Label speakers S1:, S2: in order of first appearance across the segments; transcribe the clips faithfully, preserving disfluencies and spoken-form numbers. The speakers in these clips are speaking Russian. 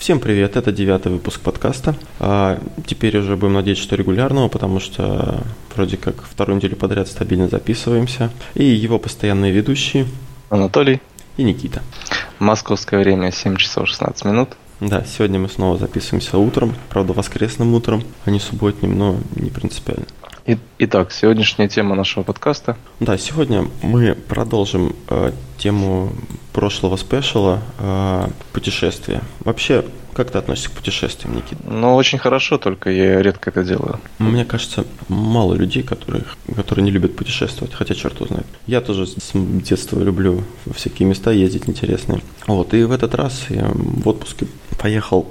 S1: Всем привет, это девятый выпуск подкаста. А, теперь уже будем надеяться, что регулярного, потому что вроде как вторую неделю подряд стабильно записываемся. И его постоянные ведущие
S2: Анатолий
S1: и Никита.
S2: Московское время семь часов шестнадцать минут.
S1: Да, сегодня мы снова записываемся утром, правда воскресным утром, а не субботним, но не принципиально.
S2: Итак, сегодняшняя тема нашего подкаста.
S1: Да, сегодня мы продолжим э, тему прошлого спешала э, путешествия. Вообще, как ты относишься к путешествиям, Никита?
S2: Ну, очень хорошо, только я редко это делаю.
S1: Мне кажется, мало людей, которые, которые не любят путешествовать, хотя черт его знает. Я тоже с детства люблю во всякие места ездить интересные. Вот, и в этот раз я в отпуске поехал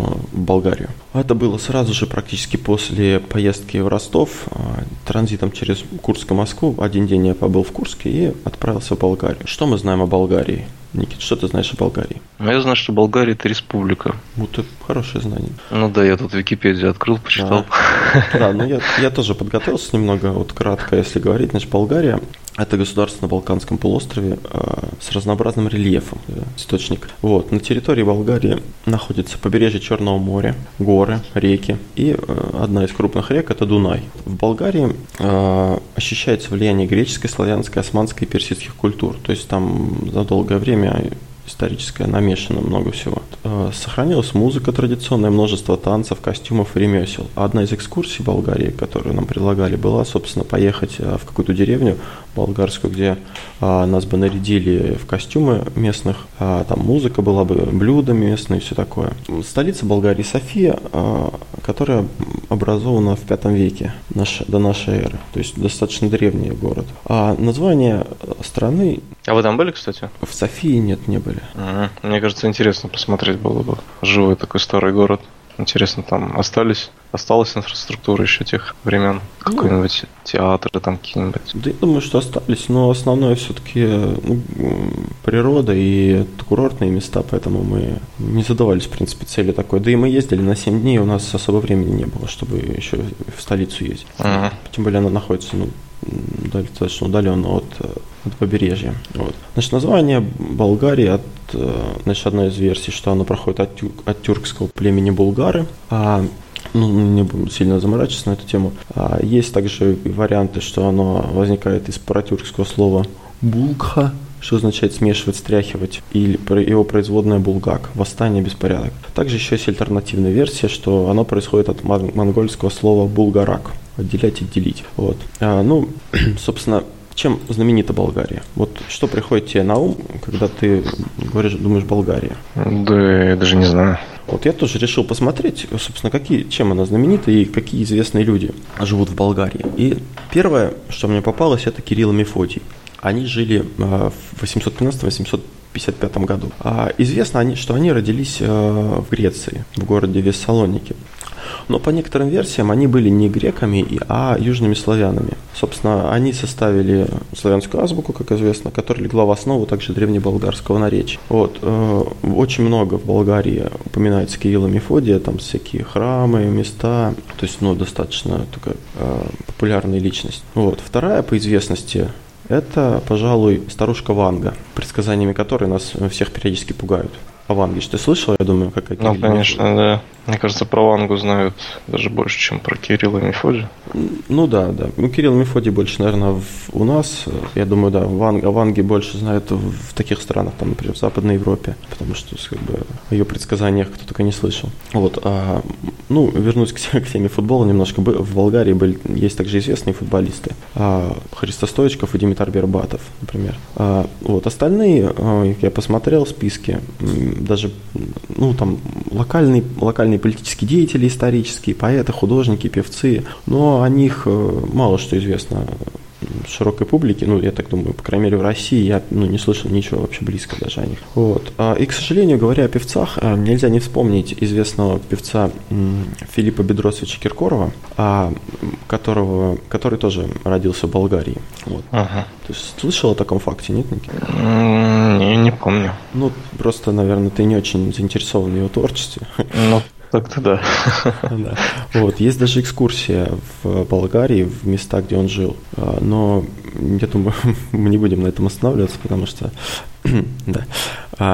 S1: в Болгарию. Это было сразу же практически после поездки в Ростов, транзитом через Курск и Москву. Один день я побыл в Курске и отправился в Болгарию. Что мы знаем о Болгарии? Никит, что ты знаешь о Болгарии?
S2: Ну, я знаю, что Болгария – это республика.
S1: Вот это хорошее знание.
S2: Ну да, я тут Википедию открыл, почитал.
S1: Да, да ну я, я тоже подготовился немного, вот кратко, если говорить. Значит, Болгария – это государство на Балканском полуострове э, с разнообразным рельефом, да, источник. Вот, на территории Болгарии находится побережье Черного моря, горы, реки, и э, одна из крупных рек – это Дунай. В Болгарии э, ощущается влияние греческой, славянской, османской и персидских культур, то есть там за долгое время историческое намешано много всего. Сохранилась музыка традиционная, множество танцев, костюмов и ремесел. Одна из экскурсий Болгарии, которую нам предлагали, была, собственно, поехать в какую-то деревню болгарскую, где нас бы нарядили в костюмы местных, там музыка была бы, блюда местные и все такое. Столица Болгарии София, которая образована в пятом веке до нашей эры, то есть достаточно древний город. А название страны...
S2: А вы там были, кстати?
S1: В Софии нет, не были.
S2: Угу. Мне кажется, интересно посмотреть было бы. Живой такой старый город. Интересно, там остались, осталась инфраструктура еще тех времен? Ну, какой-нибудь театр там какие-нибудь?
S1: Да я думаю, что остались, но основное все-таки ну, природа и курортные места, поэтому мы не задавались, в принципе, целью такой. Да и мы ездили на семь дней, у нас особо времени не было, чтобы еще в столицу ездить. Угу. Тем более она находится, ну, достаточно удаленно от, от побережья. Вот. Значит, название Болгарии от, значит, одной из версий, что оно проходит от, тюр, от тюркского племени булгары. А, ну, не буду сильно заморачиваться на эту тему. А, есть также варианты, что оно возникает из протюркского слова булгха, что означает смешивать, стряхивать, или его производная булгак, восстание, беспорядок. Также еще есть альтернативная версия, что оно происходит от монгольского слова булгарак, отделять и делить. Вот. А, ну, собственно, чем знаменита Болгария? Вот что приходит тебе на ум, когда ты говоришь, думаешь Болгария?
S2: Да, я даже не знаю.
S1: Вот я тоже решил посмотреть, собственно, какие, чем она знаменита и какие известные люди живут в Болгарии. И первое, что мне попалось, это Кирилл и Мефодий. Они жили в восемьсот пятнадцатом - восемьсот пятьдесят пятом году. А известно, они, что они родились в Греции, в городе Вессалоники. Но по некоторым версиям они были не греками, а южными славянами. Собственно, они составили славянскую азбуку, как известно, которая легла в основу также древнеболгарского наречия. Вот. Очень много в Болгарии упоминается Кирилла и Мефодия, там всякие храмы, места. То есть, ну, достаточно такая популярная личность. Вот. Вторая по известности – это, пожалуй, старушка Ванга, предсказаниями которой нас всех периодически пугают. О Ванге что ты слышал, я думаю, как о Кирилле?
S2: Ну, конечно, да. Мне кажется, про Вангу знают даже больше, чем про Кирилла и Мефодия.
S1: Ну да, да. Ну, Кирилл и Мефодий больше, наверное, в, у нас. Я думаю, да, Ванг, о Ванге больше знают в, в таких странах, там, например, в Западной Европе, потому что как бы, о ее предсказаниях кто только не слышал. Вот, а, ну, вернусь к, к теме футбола немножко. В Болгарии были, есть также известные футболисты. А, Христо Стоичков и Димитар Бербатов, например. А, вот, остальные, а, я посмотрел списки, даже, ну, там, локальные, локальные политические деятели исторические, поэты, художники, певцы, но о них мало что известно широкой публике, ну, я так думаю, по крайней мере, в России я ну, не слышал ничего вообще близко даже о них. Вот. И, к сожалению, говоря о певцах, нельзя не вспомнить известного певца Филиппа Бедросовича Киркорова, которого, который тоже родился в Болгарии. Вот.
S2: Ага.
S1: Ты слышал о таком факте, нет, Никита?
S2: Не, не помню.
S1: Ну, просто, наверное, ты не очень заинтересован в его творчестве.
S2: Ну, так-то да.
S1: да. Вот, есть даже экскурсия в Болгарии, в места, где он жил. Но я думаю, мы не будем на этом останавливаться, потому что да.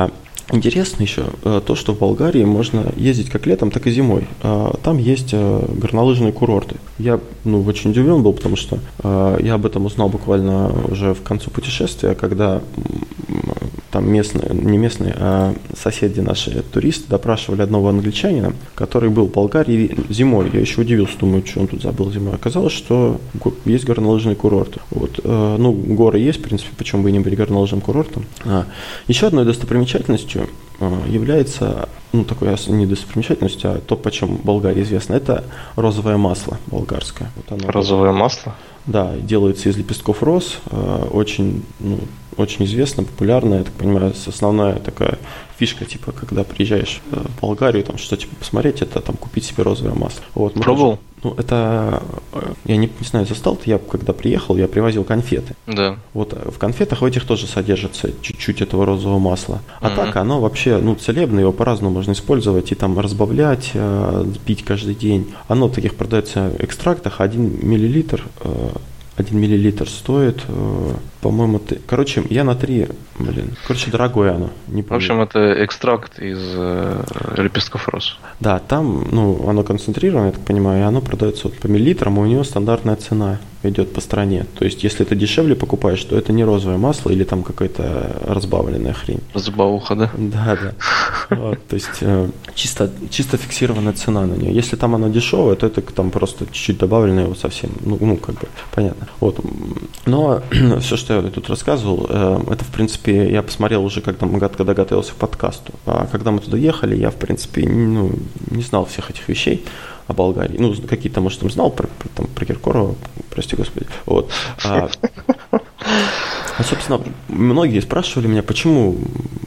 S1: интересно еще то, что в Болгарии можно ездить как летом, так и зимой. Там есть горнолыжные курорты. Я ну, очень удивлен был, потому что я об этом узнал буквально уже в конце путешествия, когда там местные, не местные, а соседи наши, туристы, допрашивали одного англичанина, который был в Болгарии зимой. Я еще удивился, думаю, что он тут забыл зимой. Оказалось, что есть горнолыжные курорты. Вот. Ну, горы есть, в принципе, почему бы и не быть горнолыжным курортом. А. Еще одной достопримечательностью является, ну, такой не достопримечательностью, а то, почему Болгария известна, это розовое масло болгарское. Вот оно
S2: розовое было. Масло?
S1: Да, делается из лепестков роз, очень, ну, очень известно, популярно, я так понимаю, основная такая фишка, типа, когда приезжаешь в Болгарию, там что типа посмотреть, это там купить себе розовое масло. Вот,
S2: пробовал?
S1: Ну, это, я не, не знаю, застал, я когда приехал, я привозил конфеты.
S2: Да.
S1: Вот в конфетах в этих тоже содержится чуть-чуть этого розового масла. А mm-hmm. так оно вообще, ну, целебное, его по-разному можно использовать и там разбавлять, пить каждый день. Оно в таких продается экстрактах, один миллилитр, один миллилитр стоит, по-моему, ты... короче, я на три, блин, короче, дорогое оно. Не
S2: в общем, это экстракт из э, лепестков роз.
S1: Да, там, ну, оно концентрировано, я так понимаю, и оно продается вот по миллилитрам, и у него стандартная цена идет по стране. То есть, если ты дешевле покупаешь, то это не розовое масло или там какая-то разбавленная хрень.
S2: Разбавуха, да?
S1: Да, да. Вот, то есть, э, чисто, чисто фиксированная цена на нее. Если там оно дешевое, то это там просто чуть-чуть добавленное вот совсем, ну, ну, как бы, понятно. Вот. Но все, что я тут рассказывал, э, это, в принципе, я посмотрел уже, когда, когда готовился к подкасту. А когда мы туда ехали, я, в принципе, ну, не знал всех этих вещей о Болгарии. Ну, какие-то, может, там знал про, про, там, про Киркорова, прости господи. Вот. А, а, собственно, многие спрашивали меня, почему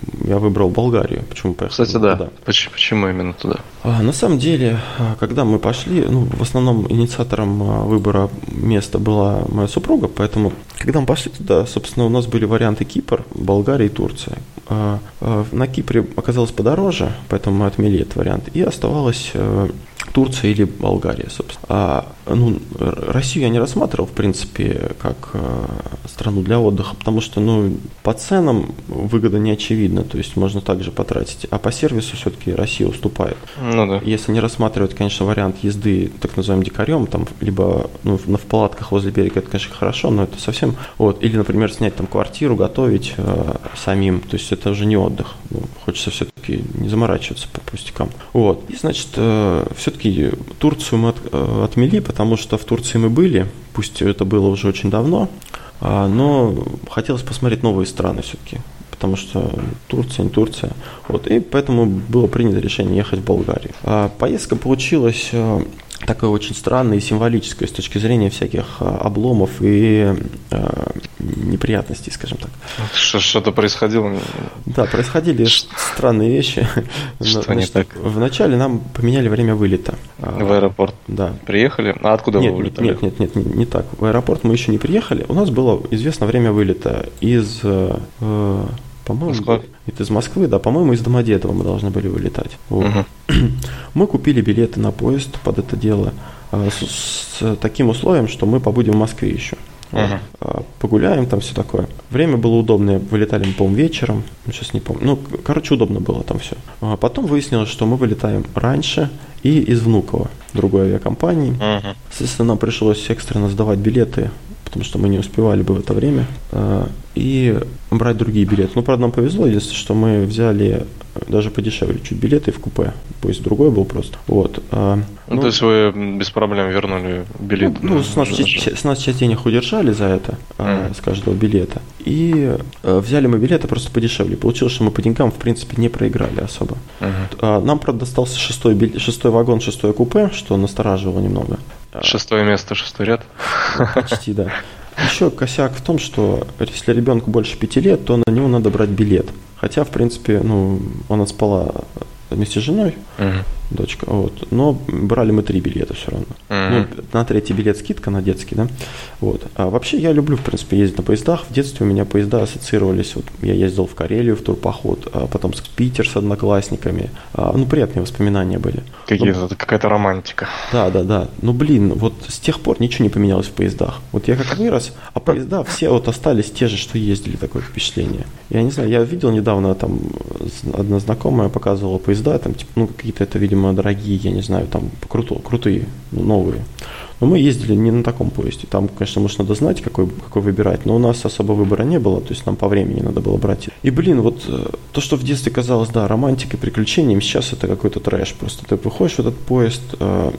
S1: я выбрал Болгарию, почему поехал.
S2: Кстати, да. Туда. Почему, почему именно туда?
S1: А, на самом деле, когда мы пошли, ну, в основном инициатором выбора места была моя супруга, поэтому, когда мы пошли туда, собственно, у нас были варианты Кипр, Болгария и Турция. А, а, на Кипре оказалось подороже, поэтому мы отмели этот вариант, и оставалось Турция или Болгария, собственно. А, ну, Россию я не рассматривал, в принципе, как э, страну для отдыха, потому что, ну, по ценам выгода не очевидна, то есть можно также потратить, а по сервису все-таки Россия уступает.
S2: Ну да.
S1: Если не рассматривать, конечно, вариант езды так называемым дикарем, там, либо ну, в, в палатках возле берега, это, конечно, хорошо, но это совсем, вот, или, например, снять там квартиру, готовить э, самим, то есть это уже не отдых, ну, хочется все-таки не заморачиваться по пустякам. Вот, и, значит, э, все-таки Турцию мы от, э, отмели, потому что в Турции мы были, пусть это было уже очень давно, э, но хотелось посмотреть новые страны все-таки, потому что Турция, не Турция. Вот, и поэтому было принято решение ехать в Болгарию. А поездка получилась э, такая очень странная и символическая с точки зрения всяких э, обломов и э, неприятностей, скажем так.
S2: Что, что-то происходило?
S1: Да, происходили странные вещи.
S2: Что
S1: Значит,
S2: не так?
S1: Вначале нам поменяли время вылета.
S2: В аэропорт?
S1: Да.
S2: Приехали? А откуда
S1: нет,
S2: вы вылетали?
S1: Нет, нет, нет, не, не так. В аэропорт мы еще не приехали. У нас было известно время вылета из... Э, по-моему,
S2: Москва?
S1: Это из Москвы, да, по-моему, из Домодедово мы должны были вылетать. Вот.
S2: Угу.
S1: Мы купили билеты на поезд под это дело а, с, с таким условием, что мы побудем в Москве еще.
S2: Угу.
S1: А, погуляем, там все такое. Время было удобное, вылетали мы, по-моему, вечером, сейчас не помню. Ну, короче, удобно было там все. А потом выяснилось, что мы вылетаем раньше и из Внуково, другой авиакомпании.
S2: Угу.
S1: Соответственно, нам пришлось экстренно сдавать билеты, потому что мы не успевали бы в это время, и брать другие билеты. Ну, правда, нам повезло, единственное, что мы взяли даже подешевле чуть билеты в купе, поезд другой был просто. Вот. Ну,
S2: ну, то есть вы без проблем вернули билет?
S1: Ну, ну с, нас часть, с нас часть денег удержали за это, mm. с каждого билета, и взяли мы билеты просто подешевле. Получилось, что мы по деньгам, в принципе, не проиграли особо. Mm-hmm. Нам, правда, достался шестой, билет, шестой вагон, шестое купе, что настораживало немного.
S2: Шестое место, шестой ряд?
S1: Почти, да. Еще косяк в том, что если ребенку больше пяти лет, то на него надо брать билет. Хотя, в принципе, ну, он от спала вместе с женой, uh-huh. дочка, вот, но брали мы три билета все равно. Uh-huh. Ну, на третий билет скидка на детский, да, вот. А вообще я люблю, в принципе, ездить на поездах. В детстве у меня поезда ассоциировались, вот, я ездил в Карелию в турпоход, а потом в Питер с одноклассниками, а, ну, приятные воспоминания были.
S2: Какие-то,
S1: ну,
S2: какая-то романтика.
S1: Да, да, да, ну, блин, вот с тех пор ничего не поменялось в поездах. Вот я как вырос, а поезда все вот остались те же, что ездили, такое впечатление. Я не знаю, я видел недавно, там, одна знакомая показывала поезда, там, типа, ну, какие-то это, видимо, дорогие, я не знаю, там, круто, крутые, новые. Но мы ездили не на таком поезде. Там, конечно, может, надо знать, какой, какой выбирать, но у нас особо выбора не было, то есть нам по времени надо было брать. И, блин, вот то, что в детстве казалось, да, романтикой, приключением, сейчас это какой-то трэш. Просто ты выходишь в этот поезд, э,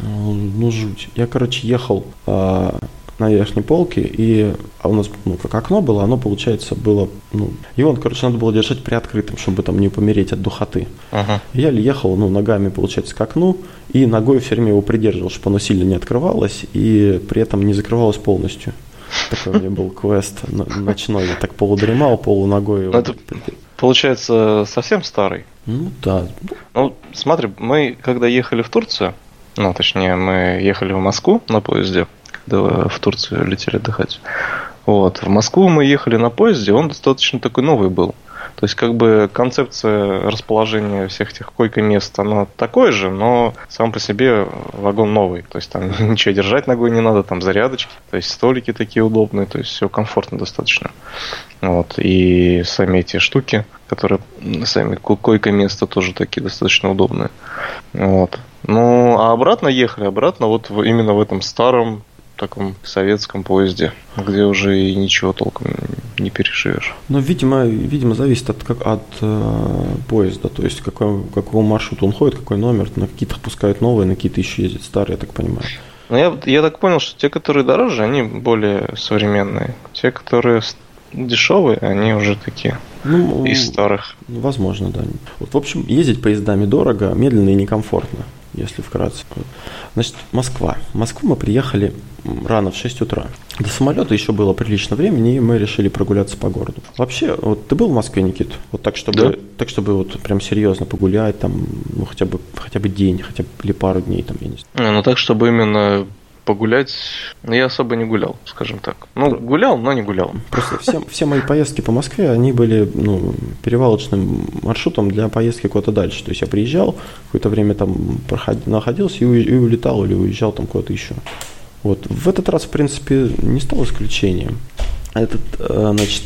S1: ну, жуть. Я, короче, ехал э, на верхней полке, и а у нас, ну, как окно было, оно, получается, было, ну, его, короче, надо было держать приоткрытым, чтобы там не помереть от духоты. Uh-huh. Я ехал, ну, ногами, получается, к окну, и ногой все время его придерживал, чтобы оно сильно не открывалось, и при этом не закрывалось полностью. Такой у меня был квест ночной, я так полудремал, полуногой.
S2: Это, получается, совсем старый?
S1: Ну, да.
S2: Ну, смотри, мы, когда ехали в Турцию, ну, точнее, мы ехали в Москву на поезде, когда в Турцию летели отдыхать. Вот. В Москву мы ехали на поезде, он достаточно такой новый был. То есть, как бы, концепция расположения всех этих койко-мест, она такое же, но сам по себе вагон новый. То есть, там ничего держать ногой не надо, там зарядочки, то есть, столики такие удобные, то есть, все комфортно достаточно. Вот. И сами эти штуки, которые, сами койко-места тоже такие достаточно удобные. Вот. Ну, а обратно ехали, обратно вот в, именно в этом старом, таком советском поезде, где уже и ничего толком не перешивешь.
S1: Ну, видимо, видимо, зависит от, как, от э, поезда, то есть какой, какого маршрута он ходит, какой номер, на какие-то пускают новые, на какие-то еще ездят старые, я так понимаю.
S2: Ну, я, я так понял, что те, которые дороже, они более современные. Те, которые дешевые, они уже такие ну, из старых.
S1: Возможно, да. Вот, в общем, ездить поездами дорого, медленно и некомфортно, если вкратце. Значит, Москва. В Москву мы приехали рано, в шесть утра. До самолета еще было прилично времени, и мы решили прогуляться по городу. Вообще, вот ты был в Москве, Никит? Вот так, чтобы, да? так, чтобы вот прям серьезно погулять, там, ну, хотя бы, хотя бы день, хотя бы или пару дней, там, я не
S2: знаю. Ну, так, чтобы именно погулять, я особо не гулял, скажем так. Ну, гулял, но не гулял.
S1: Просто все, все мои поездки по Москве, они были, ну, перевалочным маршрутом для поездки куда-то дальше. То есть я приезжал, какое-то время там проходил, находился и, у, и улетал, или уезжал там куда-то еще. Вот. В этот раз, в принципе, не стал исключением. Этот, значит,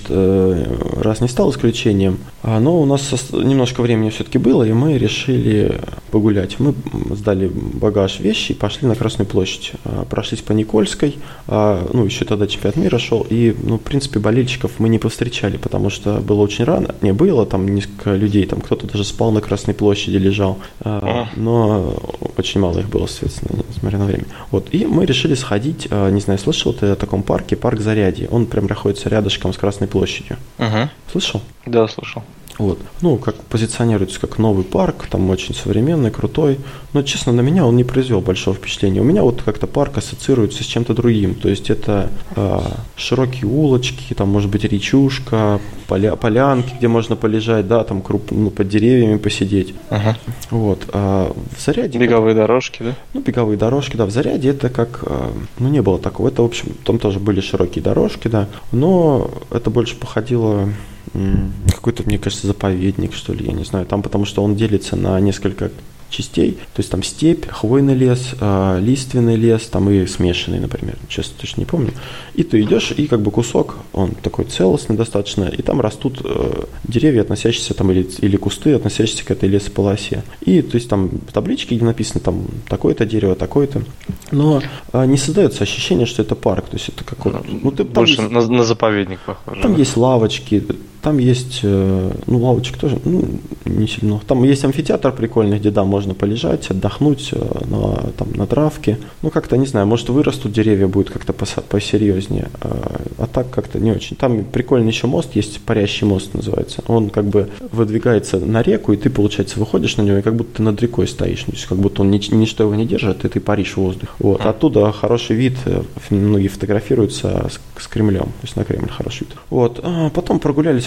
S1: раз не стал исключением, но у нас немножко времени все-таки было, и мы решили погулять. Мы сдали багаж, вещи и пошли на Красную площадь. Прошлись по Никольской, ну, еще тогда чемпионат мира шел, и, ну, в принципе, болельщиков мы не повстречали, потому что было очень рано. Не было там несколько людей, там кто-то даже спал на Красной площади, лежал, но очень мало их было, соответственно, несмотря на время. Вот, и мы решили сходить, не знаю, слышал ты о таком парке, парк Зарядье, он прям находится рядышком с Красной площадью.
S2: Угу.
S1: Слышал?
S2: Да, слышал.
S1: Вот. Ну, как позиционируется как новый парк, там очень современный, крутой. Но, честно, на меня он не произвел большого впечатления. У меня вот как-то парк ассоциируется с чем-то другим. То есть это э, широкие улочки, там может быть речушка, поля, полянки, где можно полежать, да, там круп, ну, под деревьями посидеть.
S2: Ага.
S1: Вот. А в Зарядье...
S2: Беговые как... дорожки, да?
S1: Ну, беговые дорожки, да. В Зарядье это как... Э, ну, не было такого. Это, в общем, там тоже были широкие дорожки, да. Но это больше походило... Какой-то, мне кажется, заповедник, что ли, я не знаю. Там, потому что он делится на несколько частей. То есть там степь, хвойный лес, э, лиственный лес, там и смешанный, например. Честно, точно не помню. И ты идешь, и как бы кусок, он такой целостный достаточно, и там растут э, деревья, относящиеся там, или, или кусты, относящиеся к этой лесополосе. И то есть там таблички, где написано там такое-то дерево, такое-то. Но э, не создается ощущение, что это парк. То есть это какой-то... Ну, ты,
S2: больше
S1: есть,
S2: на, на заповедник похоже.
S1: Там
S2: да?
S1: есть лавочки, там есть, ну, лавочек тоже, ну, не сильно. Там есть амфитеатр прикольный, где, да, можно полежать, отдохнуть на, там, на травке. Ну, как-то, не знаю, может, вырастут деревья, будет как-то посерьезнее. А, а так как-то не очень. Там прикольный еще мост есть, парящий мост называется. Он как бы выдвигается на реку, и ты, получается, выходишь на него, и как будто ты над рекой стоишь. То есть, как будто он ни, ничто его не держит, и ты паришь в воздух. Вот. Оттуда хороший вид, многие фотографируются с, с Кремлем. То есть, на Кремль хороший вид. Вот. А потом прогулялись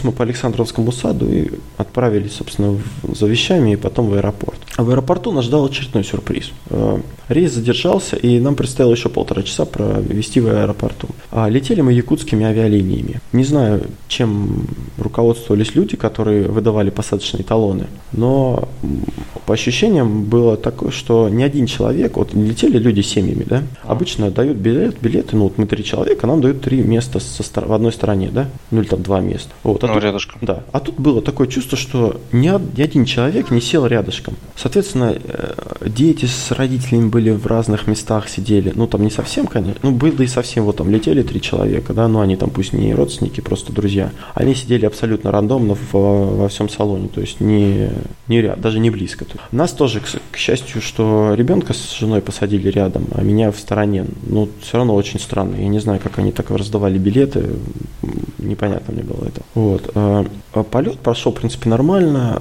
S1: мы по Александровскому саду и отправились, собственно, в, за вещами и потом в аэропорт. А в аэропорту нас ждал очередной сюрприз. Рейс задержался, и нам предстояло еще полтора часа провести в аэропорту. А летели мы якутскими авиалиниями. Не знаю, чем руководствовались люди, которые выдавали посадочные талоны, но по ощущениям было такое, что ни один человек, вот летели люди семьями, да, обычно дают билет, билеты, ну вот мы три человека, нам дают три места со, в одной стороне, да, ну или там два места. Вот, а
S2: ну,
S1: тут,
S2: рядышком.
S1: Да, а тут было такое чувство, что ни, ни один человек не сел рядышком. Соответственно, дети с родителями были в разных местах, сидели, ну там не совсем, конечно, ну было и совсем, вот там летели три человека, да, но они там пусть не родственники, просто друзья, они сидели абсолютно рандомно в, во всем салоне, то есть не, не ряд, даже не близко. Нас тоже, к, к счастью, что ребенка с женой посадили рядом, а меня в стороне, ну все равно очень странно, я не знаю, как они так раздавали билеты, непонятно мне было это. Вот, а, а полет прошел, в принципе, нормально.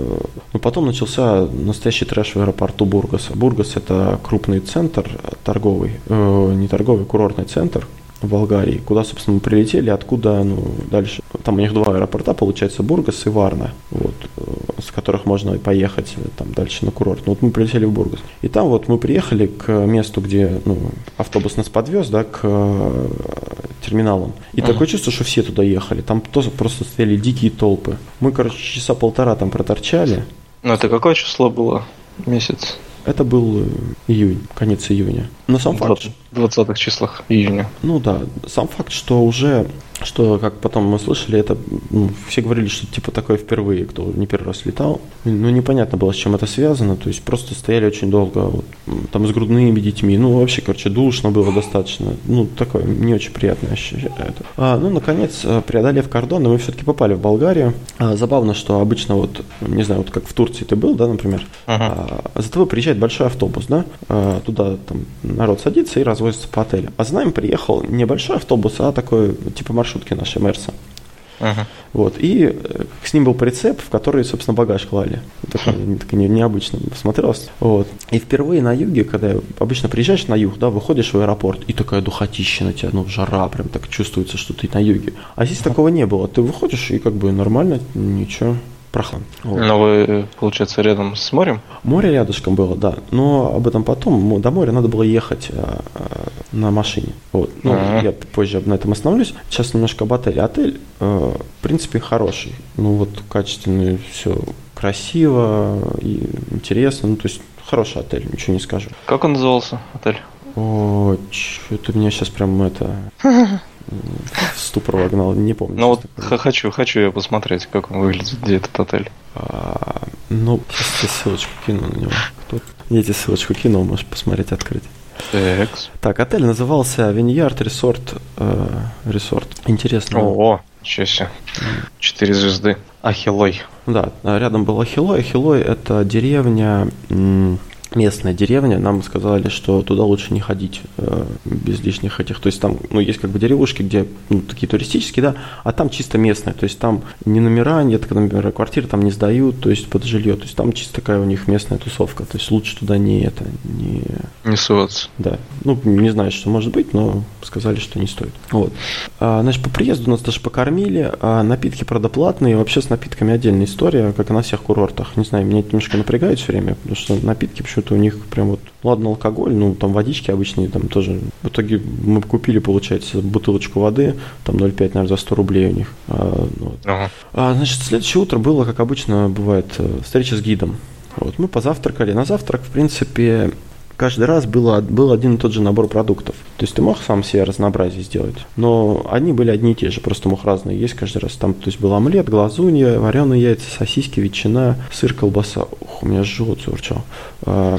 S1: Но потом начался настоящий трэш в аэропорту Бургаса. Бургас – это крупный центр торговый, э, не торговый, курортный центр в Болгарии, куда, собственно, мы прилетели, откуда, ну, дальше. Там у них два аэропорта, получается, Бургас и Варна, вот, с которых можно поехать там дальше на курорт. Ну, вот мы прилетели в Бургас. И там вот мы приехали к месту, где, ну, автобус нас подвез, да, к э, терминалам. И uh-huh. такое чувство, что все туда ехали. Там тоже просто стояли дикие толпы. Мы, короче, часа полтора там проторчали.
S2: Ну, это какое число было? Месяц?
S1: Это был июнь, конец июня. Но сам факт...
S2: В двадцатых числах июня.
S1: Ну да, сам факт, что уже, что, как потом мы слышали, это, ну, все говорили, что типа такое впервые, кто не первый раз летал. Ну, непонятно было, с чем это связано, то есть просто стояли очень долго, вот, там с грудными детьми, ну, вообще, короче, душно было достаточно, ну, такое не очень приятное ощущение. А, ну, наконец, преодолев кордон, мы все-таки попали в Болгарию. А, забавно, что обычно вот, не знаю, вот как в Турции ты был, да, например, uh-huh. а, за тобой приезжает большой автобус, да, а, туда там народ садится и развозится по отелю. А за нами приехал не большой автобус, а такой, типа маршрутки нашей Мерса. Uh-huh. Вот, и с ним был прицеп, в который, собственно, багаж клали. Так, uh-huh. так не, необычно смотрелось. Вот. И впервые на юге, когда обычно приезжаешь на юг, да, выходишь в аэропорт, и такая духотища на тебя, ну, жара, прям так чувствуется, что ты на юге. А здесь uh-huh. такого не было. Ты выходишь, и как бы нормально, ничего. Прохладно. Вот.
S2: Но вы, получается, рядом с морем?
S1: Море рядышком было, да. Но об этом потом. До моря надо было ехать а, а, на машине. Вот. Ну, uh-huh. я позже на этом остановлюсь. Сейчас немножко об отеле. Отель, а, в принципе, хороший. Ну, вот качественный, все красиво и интересно. Ну, то есть, хороший отель, ничего не скажу.
S2: Как он назывался, отель?
S1: О, что-то меня сейчас прям это... в ступор вогнал, не помню.
S2: Ну вот х- хочу, хочу я посмотреть, как он выглядит, где этот отель.
S1: А, ну, сейчас я ссылочку кину на него. Кто? Я тебе ссылочку кинул, можешь посмотреть, открыть.
S2: Экс.
S1: Так, отель назывался Vineyard Resort. Э, Resort. Интересно.
S2: О, ничего себе. Четыре звезды. Ахиллой.
S1: Да, рядом был Ахиллой. Ахиллой – это деревня... М- местная деревня, нам сказали, что туда лучше не ходить э, без лишних этих, то есть там, ну, есть как бы деревушки, где, ну, такие туристические, да, а там чисто местные, то есть там ни номера нет, например, квартиры там не сдают, то есть под жилье, то есть там чисто такая у них местная тусовка, то есть лучше туда не это, не...
S2: Не соваться.
S1: Да, ну, не знаю, что может быть, но сказали, что не стоит. Вот. А, значит, по приезду нас даже покормили, а напитки, правда, платные, вообще с напитками отдельная история, как и на всех курортах, не знаю, меня это немножко напрягает все время, потому что напитки почему-то у них прям вот, ладно, алкоголь, ну, там водички обычные, там тоже, в итоге мы купили, получается, бутылочку воды, там ноль пять, наверное, за сто рублей у них. А, вот. Ага. А, значит, следующее утро было, как обычно бывает, встреча с гидом. Вот, мы позавтракали, на завтрак, в принципе, каждый раз было, был один и тот же набор продуктов. То есть ты мог сам себе разнообразие сделать, но они были одни и те же, просто мог разные есть каждый раз. Там, то есть был омлет, глазунья, вареные яйца, сосиски, ветчина, сыр, колбаса. Ух, у меня живот заурчал. А,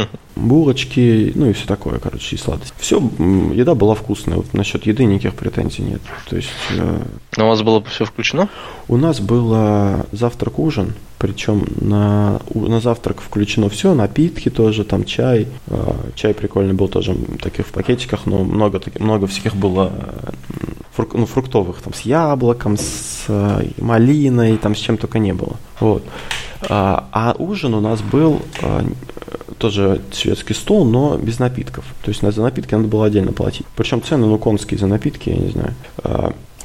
S1: булочки, ну и все такое, короче, и сладость. Все, еда была вкусная. Вот насчет еды никаких претензий нет. То есть...
S2: Но у вас было все включено?
S1: У нас было завтрак-ужин. Причем на, на завтрак включено все, напитки тоже, там чай. Э, чай прикольный был тоже таких в пакетиках, но много, много всяких было фрук, ну, фруктовых, там с яблоком, с э, малиной, там с чем только не было. Вот. А, а ужин у нас был э, тоже шведский стол, но без напитков. То есть за напитки надо было отдельно платить. Причем цены, ну, конские за напитки, я не знаю. Э,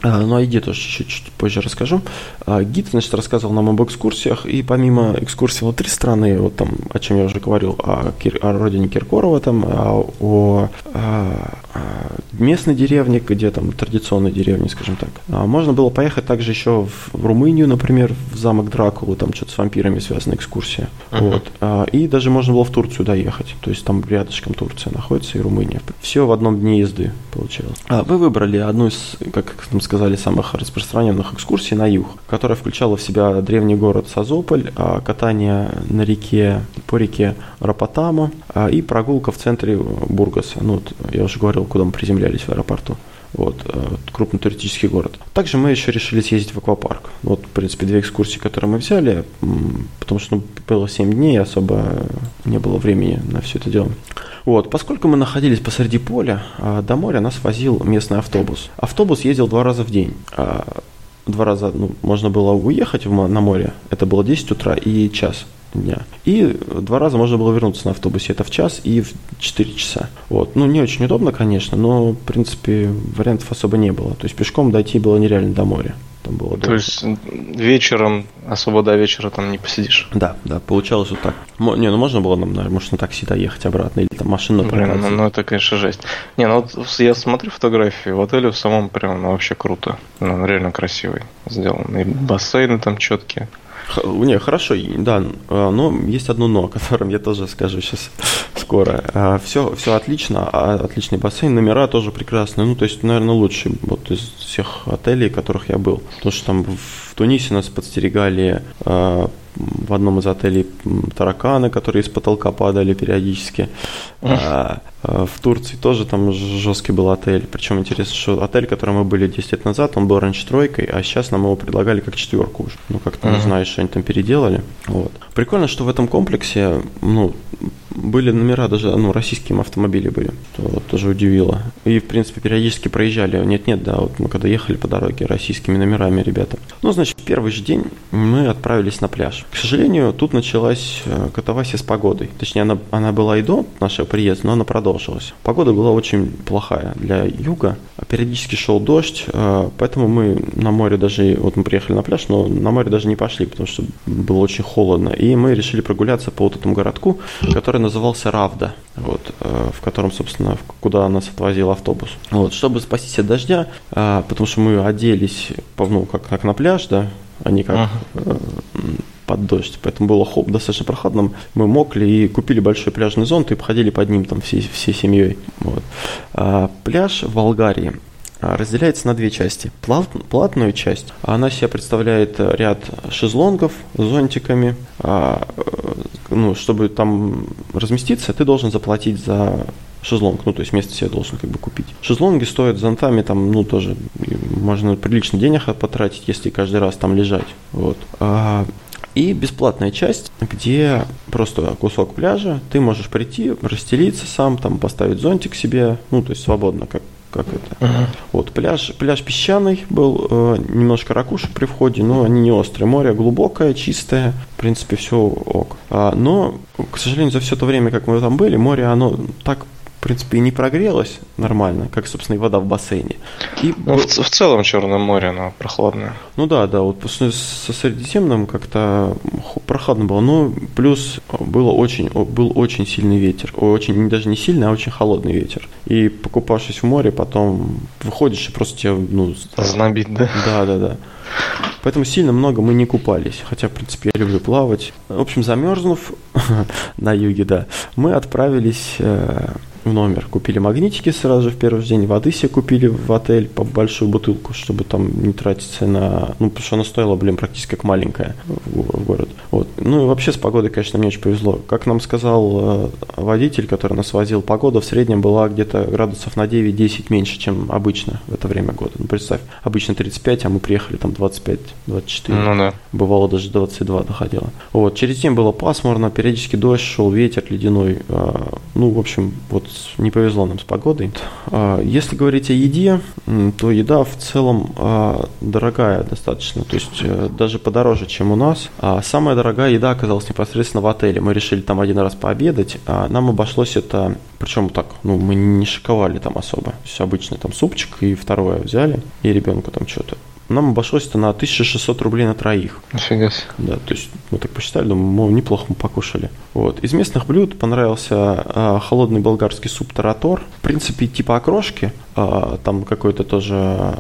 S1: Ну, о еде тоже чуть-чуть позже расскажу. Гид, значит, рассказывал нам об экскурсиях, и помимо экскурсий внутри страны, вот там, о чем я уже говорил, о, Кир... о родине Киркорова, там, о, о, о местной деревне, где там традиционной деревне, скажем так. Можно было поехать также еще в Румынию, например, в замок Дракулы, там что-то с вампирами связана экскурсия. Uh-huh. Вот. И даже можно было в Турцию доехать, то есть там рядышком Турция находится и Румыния. Все в одном дне езды получилось. Вы выбрали одну из, как нам сказали, самых распространенных экскурсий на юг, которая включала в себя древний город Созополь, катание на реке, по реке Рапотамо и прогулка в центре Бургаса. Ну, вот я уже говорил, куда мы приземлялись в аэропорту. Вот, крупный туристический город. Также мы еще решили съездить в аквапарк. Вот, в принципе, две экскурсии, которые мы взяли, потому что ну, было семь дней, особо не было времени на все это дело. Вот, поскольку мы находились посреди поля, до моря нас возил местный автобус. Автобус ездил два раза в день. Два раза ну, можно было уехать на море, это было десять утра и час дня. И два раза можно было вернуться на автобусе, это в час и в четыре часа. Вот. Ну, не очень удобно, конечно, но, в принципе, вариантов особо не было. То есть пешком дойти было нереально до моря. Там было
S2: То есть вечером, особо до вечера там не посидишь?
S1: Да, да, получалось вот так. Не, ну можно было нам, наверное, может, на такси доехать обратно, или там машину
S2: Блин, ну, ну это, конечно, жесть. Не, ну вот я смотрю фотографии, в отеле в самом прям ну, вообще круто. Ну, он реально красивый сделан. И бассейны там четкие.
S1: Не, хорошо, да, но есть одно но, о котором я тоже скажу сейчас скоро. Все, все отлично, отличный бассейн, номера тоже прекрасные, ну, то есть, наверное, лучший вот из всех отелей, в которых я был. Потому что там в Тунисе нас подстерегали в одном из отелей тараканы, которые из потолка падали периодически. А, а в Турции тоже там жесткий был отель. Причем интересно, что отель, в котором мы были десять лет назад, он был раньше тройкой, а сейчас нам его предлагали как четверку уже. Ну, как-то не знаю, что они там переделали. Вот. Прикольно, что в этом комплексе, ну, были номера даже, ну, российские автомобили были, что вот, тоже удивило. И, в принципе, периодически проезжали, нет-нет, да, вот мы когда ехали по дороге российскими номерами ребята. Ну, значит, в первый же день мы отправились на пляж. К сожалению, тут началась катавасия с погодой. Точнее, она, она была и до нашего приезда, но она продолжилась. Погода была очень плохая для юга, периодически шел дождь, поэтому мы на море даже, вот мы приехали на пляж, но на море даже не пошли, потому что было очень холодно. И мы решили прогуляться по вот этому городку, который назывался Равда, вот, в котором, собственно, куда нас отвозил автобус. Вот, чтобы спастись от дождя, потому что мы оделись, ну, как, как на пляж, да, а не как uh-huh. под дождь, поэтому было хоп, достаточно прохладно, мы мокли и купили большой пляжный зонт и походили под ним там всей, всей семьей. Вот. А, пляж в Болгарии разделяется на две части. Плат, платную часть, она себя представляет ряд шезлонгов с зонтиками. А, ну, чтобы там разместиться, ты должен заплатить за шезлонг, ну, то есть место себе должен как бы купить. Шезлонги стоят с зонтами, там, ну, тоже можно прилично денег потратить, если каждый раз там лежать. Вот. А, и бесплатная часть, где просто кусок пляжа, ты можешь прийти, расстелиться сам, там, поставить зонтик себе, ну, то есть свободно, как как это. Uh-huh. Вот, пляж, пляж песчаный был, э, немножко ракушек при входе, но они не острые. Море глубокое, чистое, в принципе, все ок. А, но, к сожалению, за все то время, как мы там были, море, оно так, в принципе, и не прогрелось нормально, как, собственно, и вода в бассейне. И
S2: ну, в, в целом Черное море, оно прохладное.
S1: Ну да, да, вот со Средиземным как-то прохладно было, но плюс было очень, был очень сильный ветер, очень, даже не сильный, а очень холодный ветер. И покупавшись в море, потом выходишь и просто тебя, ну...
S2: Знобит, да?
S1: Да, да, да. Поэтому сильно много мы не купались, хотя, в принципе, я люблю плавать. В общем, замерзнув на юге, да, мы отправились... в номер. Купили магнитики сразу же в первый же день, воды себе купили в отель по большую бутылку, чтобы там не тратиться на... Ну, потому что она стоила, блин, практически как маленькая в, в город. Вот. Ну и вообще с погодой, конечно, мне очень повезло. Как нам сказал водитель, который нас возил, погода в среднем была где-то градусов на девять-десять меньше, чем обычно в это время года. Ну, представь, обычно тридцать пять, а мы приехали там двадцать пять - двадцать четыре. Ну, да. Бывало даже двадцать два доходило. Вот. Через день было пасмурно, периодически дождь шел, ветер ледяной. ну, в общем, вот не повезло нам с погодой. Если говорить о еде, то еда в целом дорогая достаточно, то есть даже подороже, чем у нас. А самая дорогая еда оказалась непосредственно в отеле. Мы решили там один раз пообедать, а нам обошлось это, причем так, ну, мы не шиковали там особо. То есть обычный там супчик и второе взяли, и ребенку там что-то. Нам обошлось это на тысяча шестьсот рублей на троих.
S2: Нифига себе.
S1: Да, то есть мы так посчитали, думаю, мы неплохо мы покушали. Вот. Из местных блюд понравился а, холодный болгарский суп таратор. В принципе, типа окрошки, а, там какой-то тоже а,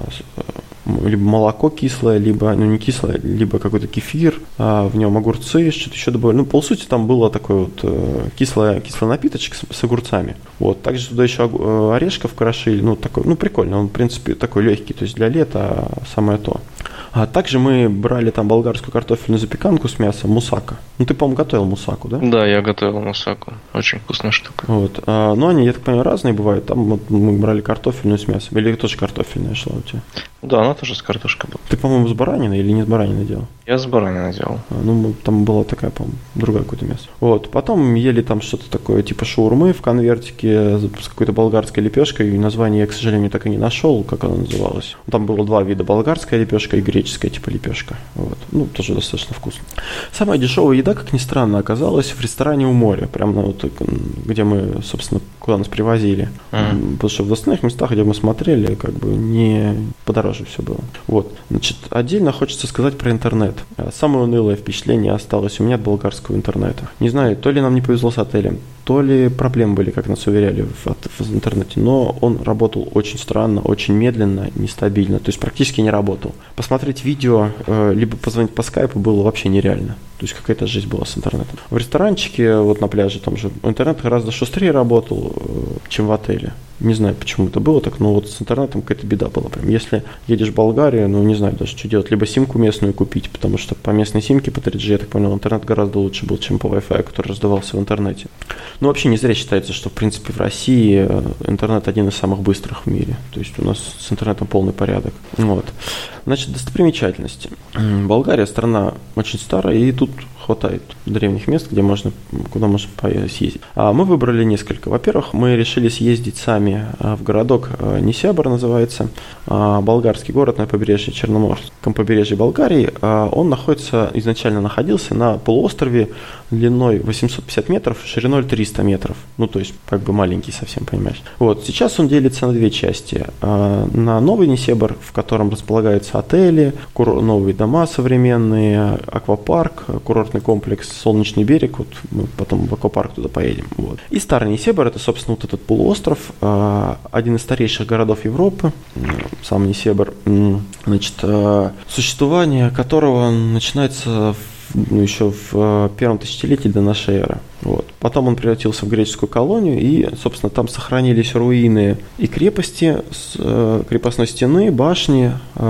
S1: либо молоко кислое, либо, ну не кислое, либо какой-то кефир, а, в нем огурцы, что-то еще добавили. Ну, по сути, там было такой вот а, кислый, кислый напиточек с, с огурцами. Вот. Также туда еще орешков крошили, ну, такой, ну, прикольно, он, в принципе, такой легкий, то есть для лета самое то. А также мы брали там болгарскую картофельную запеканку с мясом, мусака. Ну, ты, по-моему, готовил мусаку, да?
S2: Да, я готовил мусаку. Очень вкусная штука.
S1: Вот. А, но они, я так понимаю, разные бывают. Там вот мы брали картофельную с мясом. Или тоже картофельная шла у тебя?
S2: Да, она тоже с картошкой была.
S1: Ты, по-моему, с бараниной или не с бараниной делал?
S2: Я с бараниной делал.
S1: А, ну, там была такая, по-моему, другая какое-то мясо. Вот. Потом ели там что-то такое, типа шаурмы в конвертике с какой-то болгарской лепешкой. И название я, к сожалению, так и не нашел, как она называлась. Там было два вида: болгарская лепешка и греческая типа лепешка. Вот. Ну, тоже достаточно вкусно. Самая дешевая еда, как ни странно, оказалась в ресторане у моря. Прямо на вот, где мы, собственно, куда нас привозили. Mm-hmm. Потому что в остальных местах, где мы смотрели, как бы не подороже все было. Вот. Значит, отдельно хочется сказать про интернет. Самое унылое впечатление осталось у меня от болгарского интернета. Не знаю, то ли нам не повезло с отелем, то ли проблемы были, как нас уверяли в, в интернете, но он работал очень странно, очень медленно, нестабильно, то есть практически не работал. Посмотреть видео, э, либо позвонить по скайпу было вообще нереально. То есть какая-то жизнь была с интернетом. В ресторанчике, вот на пляже, там же интернет гораздо шустрее работал, э, чем в отеле. Не знаю, почему это было так, но вот с интернетом какая-то беда была. Прям. Если едешь в Болгарию, ну не знаю даже, что делать. Либо симку местную купить, потому что по местной симке, по три джи, я так понял, интернет гораздо лучше был, чем по Wi-Fi, который раздавался в интернете. Ну вообще не зря считается, что в принципе в России интернет один из самых быстрых в мире. То есть у нас с интернетом полный порядок. Вот. Значит, достопримечательности. Болгария страна очень старая, и тут хватает древних мест, где можно, куда можно съездить. А мы выбрали несколько. Во-первых, мы решили съездить сами в городок Несебър, называется, болгарский город на побережье Черноморском побережье Болгарии. Он находится, изначально находился на полуострове длиной восемьсот пятьдесят метров, шириной триста метров. Ну, то есть, как бы маленький совсем, понимаешь. Вот, сейчас он делится на две части. На новый Несебър, в котором располагаются отели, новые дома современные, аквапарк, курортный комплекс «Солнечный берег», вот мы потом в аквапарк туда поедем. Вот. И старый Несебър, это, собственно, вот этот полуостров, один из старейших городов Европы, сам Несебър, значит, существование которого начинается в, ну, еще в первом тысячелетии до нашей эры. Вот. Потом он превратился в греческую колонию, и, собственно, там сохранились руины и крепости, крепостной стены, башни.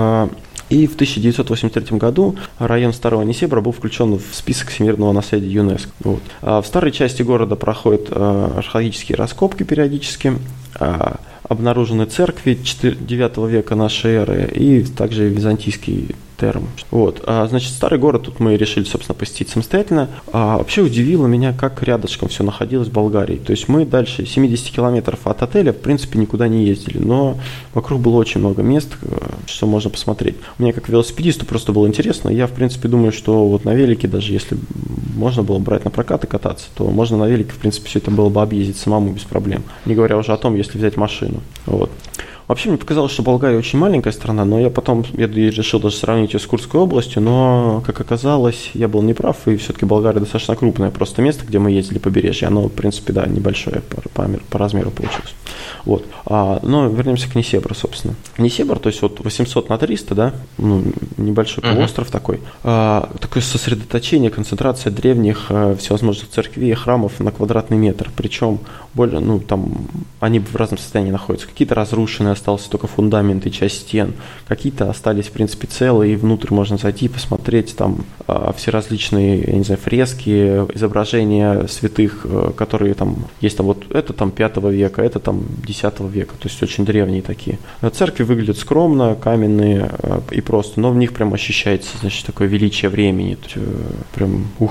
S1: И в тысяча девятьсот восемьдесят третьем году район Старого Несебъра был включен в список всемирного наследия ЮНЕСКО. Вот. А в старой части города проходят археологические раскопки периодически, обнаружены церкви девятого века нашей эры и также византийский терм. Вот. А, значит, старый город тут мы решили, собственно, посетить самостоятельно. А, вообще удивило меня, как рядышком все находилось в Болгарии. То есть мы дальше семьдесят километров от отеля, в принципе, никуда не ездили, но вокруг было очень много мест, что можно посмотреть. Мне как велосипедисту просто было интересно. Я, в принципе, думаю, что вот на велике, даже если можно было брать на прокат и кататься, то можно на велике, в принципе, все это было бы объездить самому без проблем. Не говоря уже о том, если взять машину. Вот. Вообще мне показалось, что Болгария очень маленькая страна, но я потом я решил даже сравнить ее с Курской областью, но, как оказалось, я был неправ, и все-таки Болгария достаточно крупное просто место, где мы ездили побережье, оно, в принципе, да, небольшое по, по, по размеру получилось. Вот. А, но вернемся к Несебру, собственно. Несебр, то есть вот восемьсот на триста, да, ну, небольшой полуостров uh-huh. такой, а, такое сосредоточение, концентрация древних а, всевозможных церквей и храмов на квадратный метр, причем более, ну, там, они в разном состоянии находятся, какие-то разрушенные, остался только фундамент и часть стен, какие-то остались, в принципе, целые, и внутрь можно зайти, посмотреть, там, а, все различные, я не знаю, фрески, изображения святых, а, которые там, есть там вот, это там пятого века, это там десятого века, то есть очень древние такие. Церкви выглядят скромно, каменные и просто, но в них прям ощущается, значит, такое величие времени, прям, ух,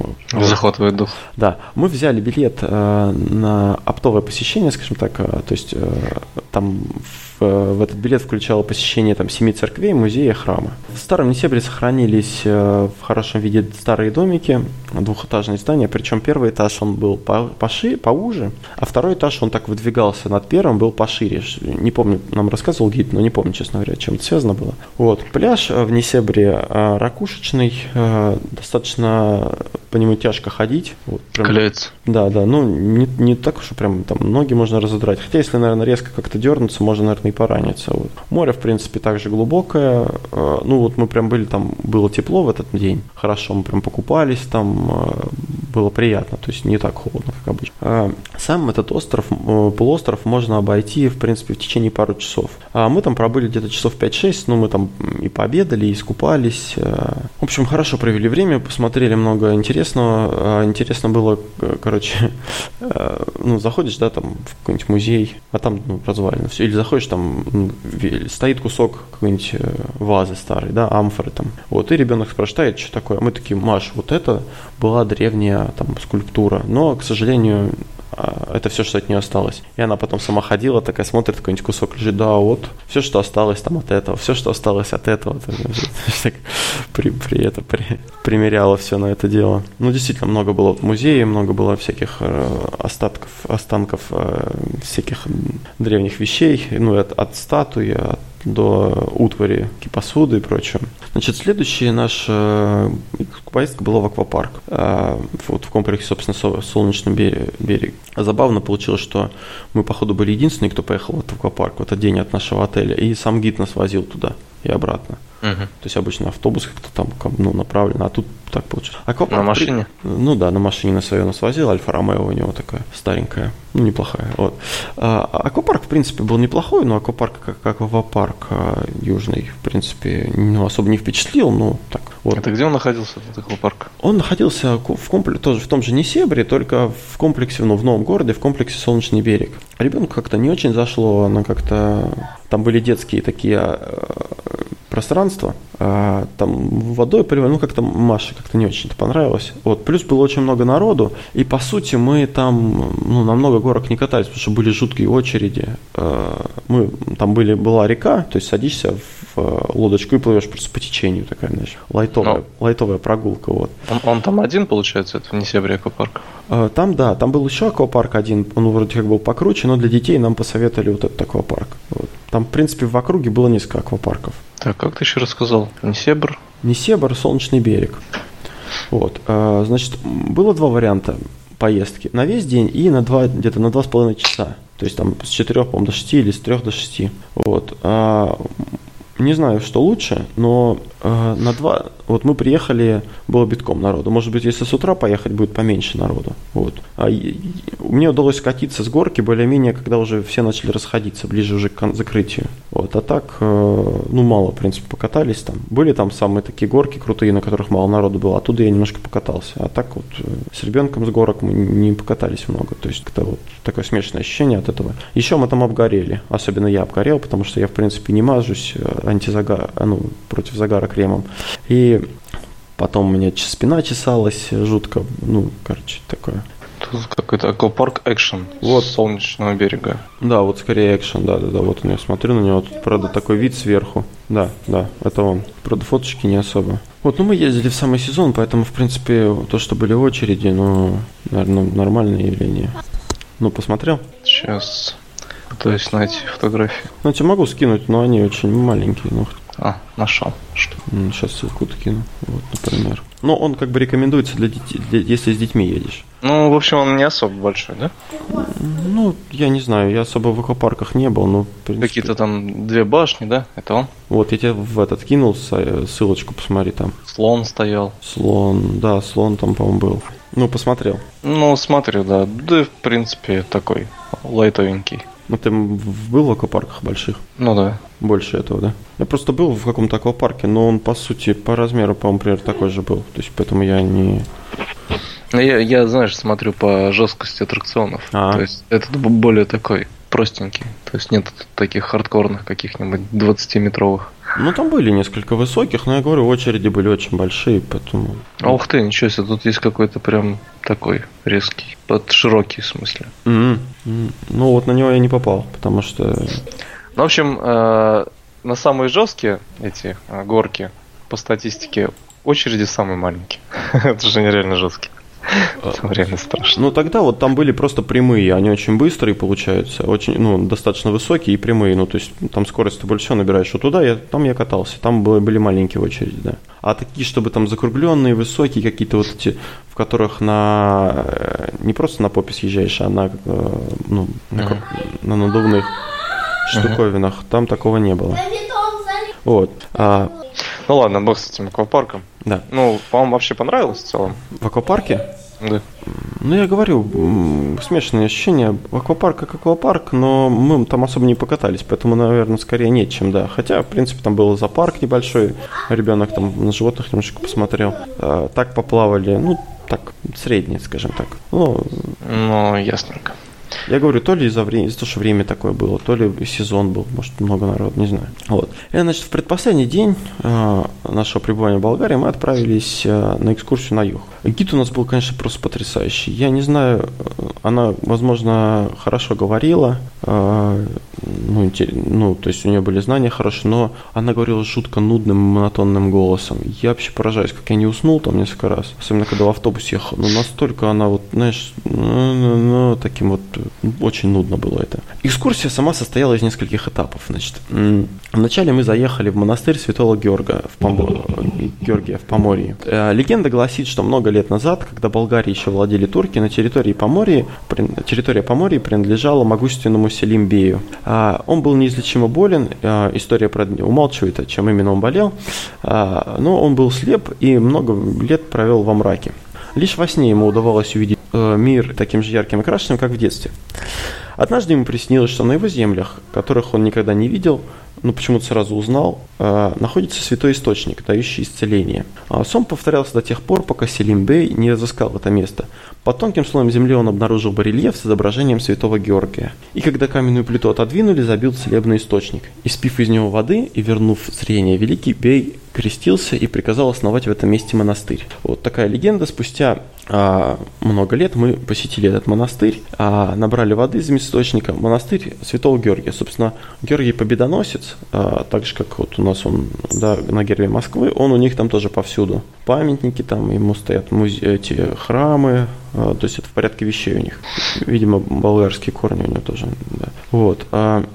S2: Захватывает дух.
S1: Да, мы взяли билет э, на оптовое посещение, скажем так, э, то есть э, там в, в этот билет включало посещение там семи церквей, музея, храма. В Старом Несебре сохранились э, в хорошем виде старые домики, двухэтажные здания, причем первый этаж он был по, поши, поуже, а второй этаж он так выдвигался над первым, был пошире. Не помню, нам рассказывал гид, но не помню, честно говоря, чем это связано было. Вот, пляж в Несебре э, ракушечный, э, достаточно по нему тяжко ходить. Вот, прям,
S2: Кляется.
S1: Да, да, ну не, не так уж и прям там ноги можно разодрать. Хотя если, наверное, резко как-то дернуться, можно, наверное, и пораниться. Вот. Море, в принципе, также глубокое. Э, ну вот мы прям были там, было тепло в этот день. Хорошо, мы прям покупались там, э, было приятно, то есть не так холодно, как обычно. Э, сам этот остров, э, полуостров можно обойти, в принципе, в течение пару часов. А мы там пробыли где-то часов пять-шесть, ну мы там и пообедали, и искупались. Э, в общем, хорошо провели время, посмотрели много интересного. Интересно было, короче, ну, заходишь, да, там, в какой-нибудь музей, а там, ну, развалено все. Или заходишь, там, ну, стоит кусок какой-нибудь вазы старой, да, амфоры там. Вот, и ребенок спрашивает, что такое. Мы такие: Маш, вот это была древняя, там, скульптура, но, к сожалению, это все, что от нее осталось. И она потом сама ходила, такая смотрит, какой-нибудь кусок лежит, да, вот, все, что осталось там от этого, все, что осталось от этого. Так, при, при это при, примеряла все на это дело. Ну, действительно, много было в музее, много было всяких остатков, останков всяких древних вещей, ну, от, от статуи, от до утвари, посуды и прочее. Значит, следующая наша поездка была в аквапарк. Вот в комплексе, собственно, Солнечный берег. Забавно получилось, что мы, походу, были единственные, кто поехал в этот аквапарк в этот день от нашего отеля. И сам гид нас возил туда и обратно. Угу. То есть обычно автобус как-то там, ну, направлен, а тут так получилось. Аквапарк,
S2: на машине?
S1: Ну да, на машине на своей нас возил. Альфа-Ромео у него такая старенькая, ну, неплохая. Вот. А, аквапарк, в принципе, был неплохой, но аквапарк как, как аквапарк а, южный, в принципе, ну, особо не впечатлил, ну, так. Вот.
S2: Это где он находился, этот аквапарк?
S1: Он находился в комплексе, тоже в том же Несебре, только в комплексе, ну, в новом городе, в комплексе Солнечный берег. Ребенку как-то не очень зашло, она как-то... Там были детские такие пространства, а, там водой поливали, ну, как-то Маше как-то не очень-то понравилось. Вот. Плюс было очень много народу, и, по сути, мы там, ну, на много горок не катались, потому что были жуткие очереди. А, мы, там были, была река, то есть садишься в лодочку и плывешь просто по течению, такая, знаешь, лайтовая, Но. лайтовая прогулка. Вот.
S2: Он, он там один, получается, это в Несебре аквапарк?
S1: А, там, да, там был еще аквапарк один, он вроде как был покруче, но для детей нам посоветовали вот этот аквапарк. Вот. Там, в принципе, в округе было несколько аквапарков.
S2: Так, как ты еще рассказал? Несебр?
S1: Несебр, Солнечный берег. Вот, а, значит, было два варианта поездки. На весь день и на два, где-то на два с половиной часа. То есть там с четырех, по-моему, до шести или с трех до шести. Вот. А, не знаю, что лучше, но э, на два... Вот мы приехали, было битком народу. Может быть, если с утра поехать, будет поменьше народу. Вот. А и, мне удалось скатиться с горки более-менее, когда уже все начали расходиться, ближе уже к закрытию. Вот. А так, э, ну, мало, в принципе, покатались там. Были там самые такие горки крутые, на которых мало народу было. Оттуда я немножко покатался. А так вот э, с ребенком с горок мы не покатались много. То есть как-то вот такое смешанное ощущение от этого. Еще мы там обгорели. Особенно я обгорел, потому что я, в принципе, не мажусь антизагар, ну, против загара кремом. И потом у меня спина чесалась жутко, ну, короче, такое.
S2: Тут какой-то аквапарк экшен
S1: вот.
S2: С Солнечного берега.
S1: Да, вот скорее экшен, да, да, да, вот я смотрю на него, тут, правда, такой вид сверху. Да, да, это он. Правда, фоточки не особо. Вот, ну, мы ездили в самый сезон, поэтому, в принципе, то, что были в очереди, ну, наверное, нормальное явление. Ну, посмотрел?
S2: Сейчас пытаюсь найти фотографии.
S1: Ну, я тебе могу скинуть, но они очень маленькие, ну,
S2: А, нашел. Что?
S1: Сейчас ссылку-то кину. Вот, например. Но он как бы рекомендуется для детей, для, если с детьми едешь.
S2: Ну, в общем, он не особо большой, да?
S1: Ну, я не знаю, я особо в аквапарках не был, но... Принципе...
S2: Какие-то там две башни, да? Это он?
S1: Вот, я тебе в этот кинул ссылочку, посмотри там.
S2: Слон стоял.
S1: Слон, да, слон там, по-моему, был. Ну, посмотрел.
S2: Ну, смотрю, да. Да, в принципе, такой лайтовенький.
S1: Ну, ты был в аквапарках больших?
S2: Ну, да.
S1: Больше этого, да? Я просто был в каком-то аквапарке, но он, по сути, по размеру, по-моему, примерно такой же был. То есть, поэтому я не...
S2: Я, я знаешь, смотрю по жесткости аттракционов. А-а. То есть, этот более такой простенький. То есть нет таких хардкорных каких-нибудь двадцатиметровых.
S1: Ну, там были несколько высоких, но я говорю, очереди были очень большие, поэтому...
S2: А ух ты, ничего себе, тут есть какой-то прям такой резкий, под широкий в смысле.
S1: Mm-hmm. Ну, вот на него я не попал, потому что...
S2: Ну, в общем, э, на самые жесткие эти э, горки, по статистике, очереди самые маленькие. Это же нереально жесткие. Это реально страшно.
S1: Ну, тогда вот там были просто прямые, они очень быстрые получаются, очень, ну, достаточно высокие и прямые, ну, то есть там скорость ты больше всего набираешь. Вот туда я, там я катался, там были, были маленькие очереди, да. А такие, чтобы там закругленные, высокие какие-то вот эти, в которых на, не просто на попе съезжаешь, а на, ну, на, uh-huh. на надувных uh-huh. штуковинах, там такого не было. Вот. А...
S2: Ну ладно, бог с этим аквапарком.
S1: Да.
S2: Ну, вам вообще понравилось в целом?
S1: В аквапарке?
S2: Да.
S1: Ну, я говорю, смешанные ощущения. Аквапарк как аквапарк, но мы там особо не покатались, поэтому, наверное, скорее нет, чем да. Хотя, в принципе, там был зоопарк небольшой, ребенок там на животных немножко посмотрел. А, так поплавали, ну, так, средние, скажем так. Ну,
S2: ну ясненько.
S1: Я говорю, то ли из-за времени, из-за того, что время такое было, то ли сезон был, может, много народу, не знаю. Вот. И, значит, в предпоследний день э, нашего пребывания в Болгарии мы отправились э, на экскурсию на юг. Гид у нас был, конечно, просто потрясающий. Я не знаю, она, возможно, хорошо говорила, э, ну, ну, то есть у нее были знания хорошие, но она говорила жутко нудным, монотонным голосом. Я вообще поражаюсь, как я не уснул там несколько раз, особенно когда в автобусе ехал. Ну, настолько она вот, знаешь, ну, ну, ну, таким вот, очень нудно было это. Экскурсия сама состояла из нескольких этапов. Значит, вначале мы заехали в монастырь Святого Георга в Помор... Георгия в Поморье. Легенда гласит, что много лет назад, когда Болгарией еще владели турки, на территории Поморья, территория Поморья принадлежала могущественному Селим-бею. Он был неизлечимо болен, история умалчивает, чем именно он болел, но он был слеп и много лет провел во мраке. Лишь во сне ему удавалось увидеть мир таким же ярким и красочным, как в детстве. Однажды ему приснилось, что на его землях, которых он никогда не видел, но почему-то сразу узнал, находится святой источник, дающий исцеление. Сон повторялся до тех пор, пока Селим-бей не разыскал это место. Под тонким слоем земли он обнаружил барельеф с изображением святого Георгия. И когда каменную плиту отодвинули, забил целебный источник. Испив из него воды и вернув зрение, великий бей крестился и приказал основать в этом месте монастырь. Вот такая легенда. Спустя а, много лет мы посетили этот монастырь, а, набрали воды из источника. Монастырь святого Георгия. Собственно, Георгий Победоносец, а, так же, как вот у нас он, да, на гербе Москвы, он у них там тоже повсюду. Памятники там, ему стоят музе- эти храмы, а, то есть это в порядке вещей у них. Видимо, болгарские корни у него тоже. Да. Вот. А,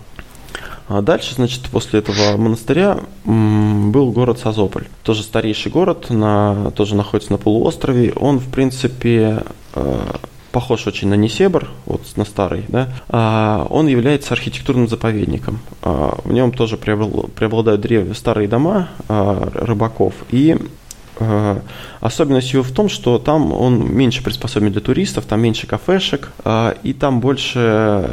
S1: А дальше, значит, после этого монастыря м, был город Созополь. Тоже старейший город, на, тоже находится на полуострове. Он, в принципе, э, похож очень на Несебр, вот на старый, да. А, он является архитектурным заповедником. А, в нем тоже преобладают древние старые дома а, рыбаков. И Uh, особенность его в том, что там он меньше приспособлен для туристов, там меньше кафешек, uh, и там больше,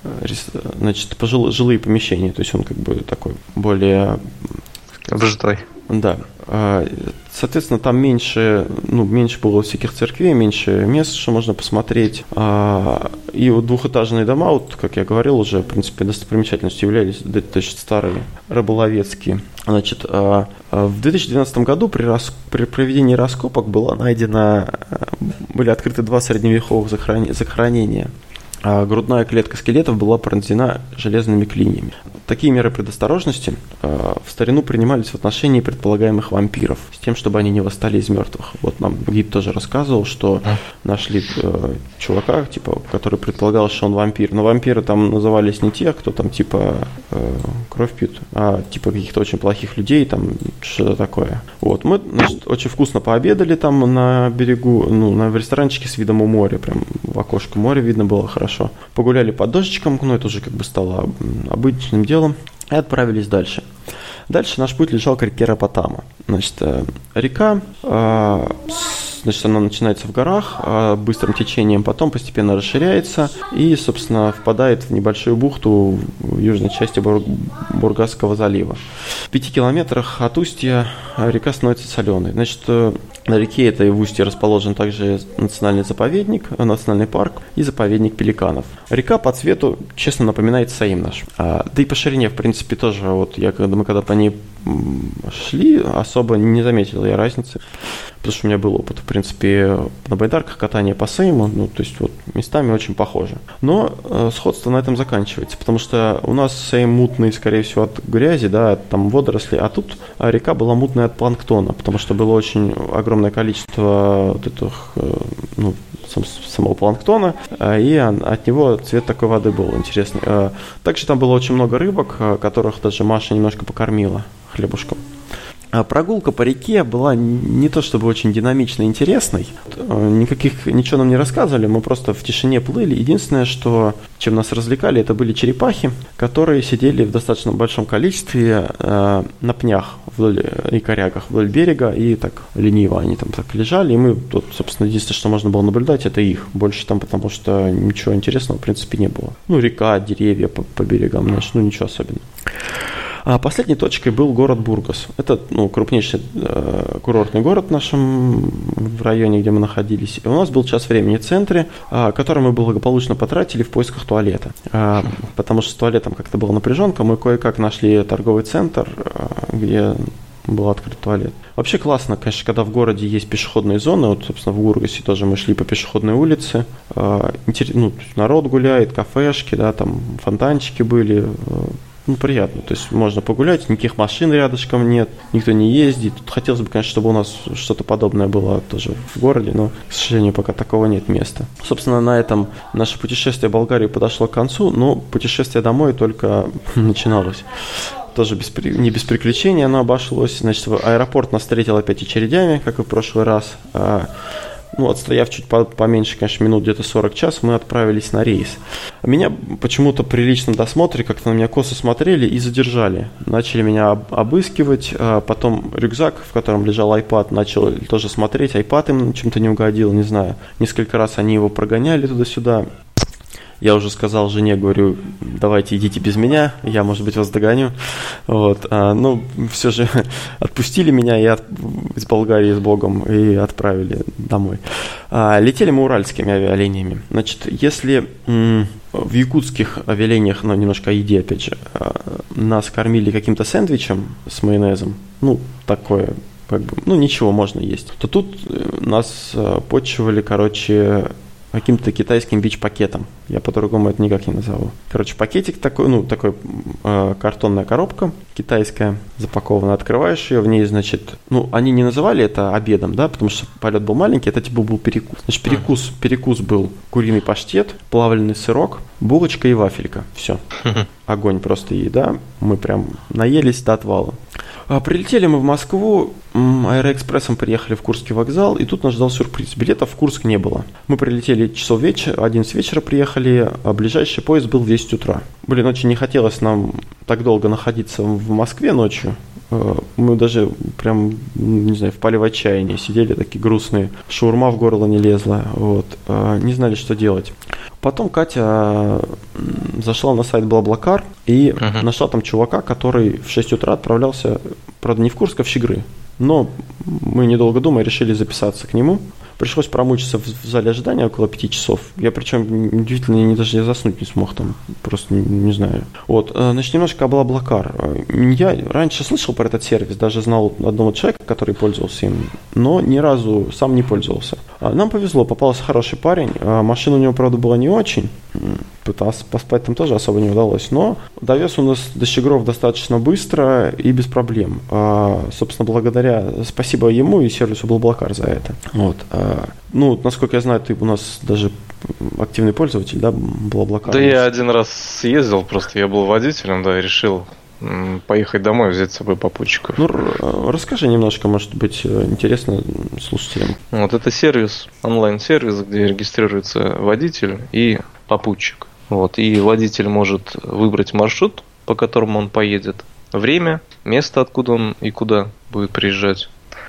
S1: значит, пожил, жилые помещения, то есть он как бы такой более...
S2: Обжитой.
S1: Да. Uh, соответственно, там меньше, ну, меньше было всяких церквей, меньше мест, что можно посмотреть. Uh, и вот двухэтажные дома, вот, как я говорил уже, в принципе, достопримечательностью являлись достаточно старые, рыболовецкие. Значит, uh, в две тысячи двенадцатом году при, рас... при проведении раскопок было найдено, были открыты два средневековых захорон... захоронения. А грудная клетка скелетов была пронзена железными клиньями. Такие меры предосторожности э, в старину принимались в отношении предполагаемых вампиров, с тем, чтобы они не восстали из мертвых. Вот нам гид тоже рассказывал, что нашли э, чувака, типа, который предполагал, что он вампир. Но вампиры там назывались не те, кто там типа э, кровь пьют, а типа каких-то очень плохих людей, там что-то такое. Вот, мы, значит, очень вкусно пообедали там на берегу, ну, на в ресторанчике с видом у моря, прям в окошко моря видно было хорошо. Погуляли под дождичком, но это уже как бы стало обычным делом, и отправились дальше. Дальше наш путь лежал к реке Ропотама. Значит, река, значит, она начинается в горах быстрым течением, потом постепенно расширяется и, собственно, впадает в небольшую бухту в южной части Бур- Бургасского залива. В пяти километрах от устья река становится соленой. Значит, на реке этой в устье расположен также национальный заповедник, национальный парк и заповедник пеликанов. Река по цвету, честно, напоминает Сейм наш. А, да и по ширине, в принципе, тоже, вот я когда мы когда по ней шли, особо не заметил я разницы, потому что у меня был опыт, в принципе, на байдарках катания по Сейму, ну, то есть вот местами очень похоже. Но э, сходство на этом заканчивается, потому что у нас Сейм мутный, скорее всего, от грязи, да, от там водорослей, а тут река была мутная от планктона, потому что было очень огромное количество вот этих, э, ну, сам, самого планктона, э, и от него цвет такой воды был интересный. Э, также там было очень много рыбок, э, которых даже Маша немножко покормила хлебушком. А прогулка по реке была не то чтобы очень динамичной и интересной. Никаких, ничего нам не рассказывали, мы просто в тишине плыли. Единственное, что, чем нас развлекали, это были черепахи, которые сидели в достаточно большом количестве э, на пнях вдоль, и корягах вдоль берега, и так лениво они там так лежали. И мы тут, собственно, единственное, что можно было наблюдать, это их. Больше там, потому что ничего интересного, в принципе, не было. Ну, река, деревья по, по берегам, значит, ну, ничего особенного. А последней точкой был город Бургас. Это, ну, крупнейший э, курортный город в нашем в районе, где мы находились. И у нас был час времени в центре, э, который мы благополучно потратили в поисках туалета. Э, потому что с туалетом как-то была напряженка. Мы кое-как нашли торговый центр, э, где был открыт туалет. Вообще классно, конечно, когда в городе есть пешеходные зоны. Вот, собственно, в Бургасе тоже мы шли по пешеходной улице. Э, интерес, ну, народ гуляет, кафешки, да, там фонтанчики были. Э, Ну, приятно, то есть можно погулять, никаких машин рядышком нет, никто не ездит. Тут хотелось бы, конечно, чтобы у нас что-то подобное было тоже в городе, но, к сожалению, пока такого нет места. Собственно, на этом наше путешествие в Болгарию подошло к концу, но путешествие домой только начиналось. Тоже без, не без приключений оно обошлось. Значит, аэропорт нас встретил опять очередями, как и в прошлый раз. Ну, отстояв чуть поменьше, конечно, минут где-то сорок час, мы отправились на рейс. Меня почему-то при личном досмотре как-то на меня косо смотрели и задержали. Начали меня обыскивать, а потом рюкзак, в котором лежал iPad, начал тоже смотреть. iPad им чем-то не угодил, не знаю. Несколько раз они его прогоняли туда-сюда. Я уже сказал жене, говорю, давайте идите без меня, я, может быть, вас догоню. Вот. А, ну, все же отпустили меня и от, из Болгарии с Богом и отправили домой. А, летели мы уральскими авиалиниями. Значит, если м- в якутских авиалиниях, ну, немножко о еде, опять же, а, нас кормили каким-то сэндвичем с майонезом, ну, такое, как бы, ну, ничего, можно есть, то тут нас а, почивали, короче, каким-то китайским бич-пакетом. Я по-другому это никак не назову. Короче, пакетик такой, ну, такой э, картонная коробка китайская, запакованная. Открываешь ее, в ней, значит, ну, они не называли это обедом, да, потому что полет был маленький, это типа был перекус. Значит, перекус, перекус был куриный паштет, плавленый сырок, булочка и вафелька. Все. Огонь просто еда. Мы прям наелись до отвала. А, прилетели мы в Москву, аэроэкспрессом приехали в Курский вокзал, и тут нас ждал сюрприз. Билетов в Курск не было. Мы прилетели часов вечера, одиннадцать вечера приехали, а ближайший поезд был в десять утра. Блин, очень не хотелось нам так долго находиться в Москве ночью. Мы даже прям, не знаю, впали в отчаяние, сидели такие грустные, шаурма в горло не лезла, вот, не знали, что делать. Потом Катя зашла на сайт BlaBlaCar и uh-huh. нашла там чувака, который в шесть утра отправлялся, правда, не в Курск, а в Щигры. Но мы, недолго думая, решили записаться к нему. Пришлось промучиться в зале ожидания около пяти часов. Я причем, удивительно, не, даже я заснуть не смог там, просто не, не знаю. Вот, значит, немножко о BlaBlaCar. Я раньше слышал про этот сервис, даже знал одного человека, который пользовался им, но ни разу сам не пользовался. Нам повезло, попался хороший парень. Машина у него, правда, была не очень. Пытался поспать там тоже особо не удалось, но довез он нас до Щегров достаточно быстро и без проблем. А, собственно, благодаря, спасибо ему и сервису BlaBlaCar за это. Вот. А, ну, насколько я знаю, ты у нас даже активный пользователь, да, BlaBlaCar?
S2: Да, я один раз съездил, просто я был водителем, да, и решил поехать домой, взять с собой попутчиков.
S1: Ну, расскажи немножко, может быть, интересно слушателям.
S2: Вот это сервис, онлайн-сервис, где регистрируется водитель и попутчик. Вот, и водитель может выбрать маршрут, по которому он поедет, время, место, откуда он и куда будет приезжать.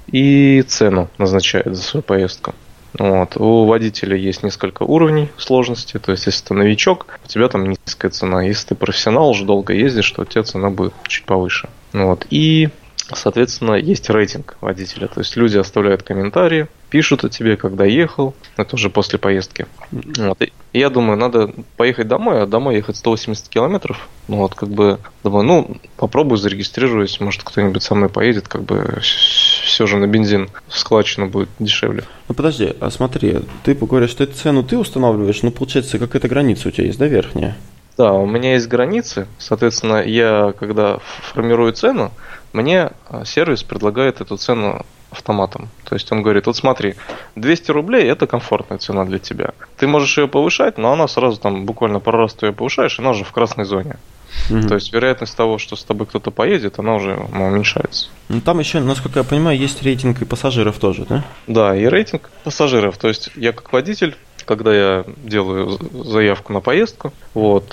S2: и цену назначает за свою поездку. Вот. У водителя есть несколько уровней сложности, то есть если ты новичок, у тебя там низкая цена, если ты профессионал, уже долго ездишь, то у тебя цена будет чуть повыше. Вот. И, соответственно, есть рейтинг водителя, то есть люди оставляют комментарии, пишут о тебе, когда ехал, это уже после поездки. Вот. И я думаю, надо поехать домой, а домой ехать сто восемьдесят километров. Ну вот, как бы, думаю, ну, попробую, зарегистрируюсь, может, кто-нибудь со мной поедет, как бы все же на бензин в складчину будет дешевле.
S1: Ну подожди, а смотри, ты говоришь, что эту цену ты устанавливаешь, но получается какая-то граница у тебя есть, да, верхняя?
S2: Да, у меня есть границы, соответственно, я, когда формирую цену, мне сервис предлагает эту цену автоматом. То есть он говорит, вот смотри, двести рублей это комфортная цена для тебя. Ты можешь ее повышать, но она сразу там буквально пару раз ты ее повышаешь, она уже в красной зоне. Mm-hmm. То есть вероятность того, что с тобой кто-то поедет, она уже ну, уменьшается.
S1: Ну там еще, насколько я понимаю, есть рейтинг и пассажиров тоже, да?
S2: Да, и рейтинг пассажиров. То есть я как водитель, когда я делаю заявку на поездку, вот,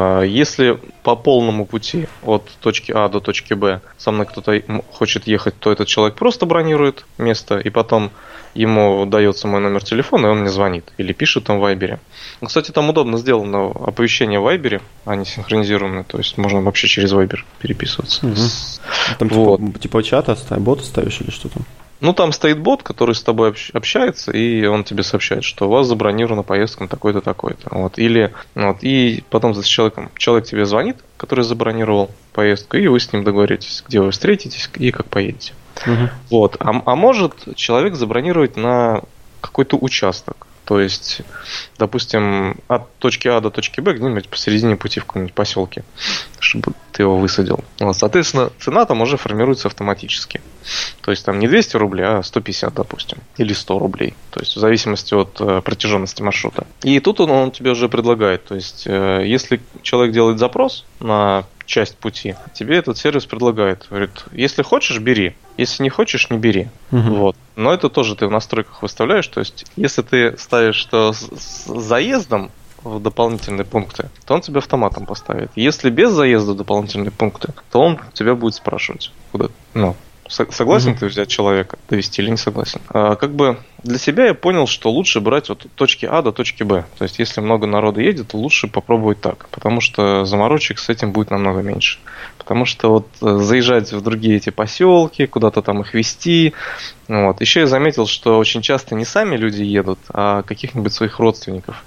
S2: если по полному пути от точки А до точки Б со мной кто-то хочет ехать, то этот человек просто бронирует место, и потом ему дается мой номер телефона, и он мне звонит или пишет там в Вайбере. Кстати, там удобно сделано оповещение в Вайбере, они синхронизированы, то есть можно вообще через Вайбер переписываться.
S1: Угу. Там вот. типа, типа чата, бота ставишь или что там?
S2: Ну, там стоит бот, который с тобой общается, и он тебе сообщает, что у вас забронирована поездка на такой-то, такой-то. Вот. Или, вот, и потом с человеком, человек тебе звонит, который забронировал поездку, и вы с ним договоритесь, где вы встретитесь и как поедете. Угу. Вот. А, а может человек забронировать на какой-то участок. То есть, допустим, от точки А до точки Б где-нибудь посередине пути в каком-нибудь поселке, чтобы ты его высадил. Вот, соответственно, цена там уже формируется автоматически. То есть там не двести рублей, а сто пятьдесят, допустим, или сто рублей. То есть в зависимости от э, протяженности маршрута. И тут он, он тебе уже предлагает. То есть э, если человек делает запрос на часть пути, тебе этот сервис предлагает. Говорит, если хочешь, бери. Если не хочешь, не бери. Угу. Вот. Но это тоже ты в настройках выставляешь. То есть если ты ставишь, что с, с заездом в дополнительные пункты, то он тебе автоматом поставит. Если без заезда в дополнительные пункты, то он тебя будет спрашивать, куда, ну, согласен mm-hmm. ты взять человека, довести или не согласен. А, как бы для себя я понял, что лучше брать от точки А до точки Б. То есть, если много народа едет, то лучше попробовать так, потому что заморочек с этим будет намного меньше. Потому что вот заезжать в другие эти поселки, куда-то там их везти. Вот. Еще я заметил, что очень часто не сами люди едут, а каких-нибудь своих родственников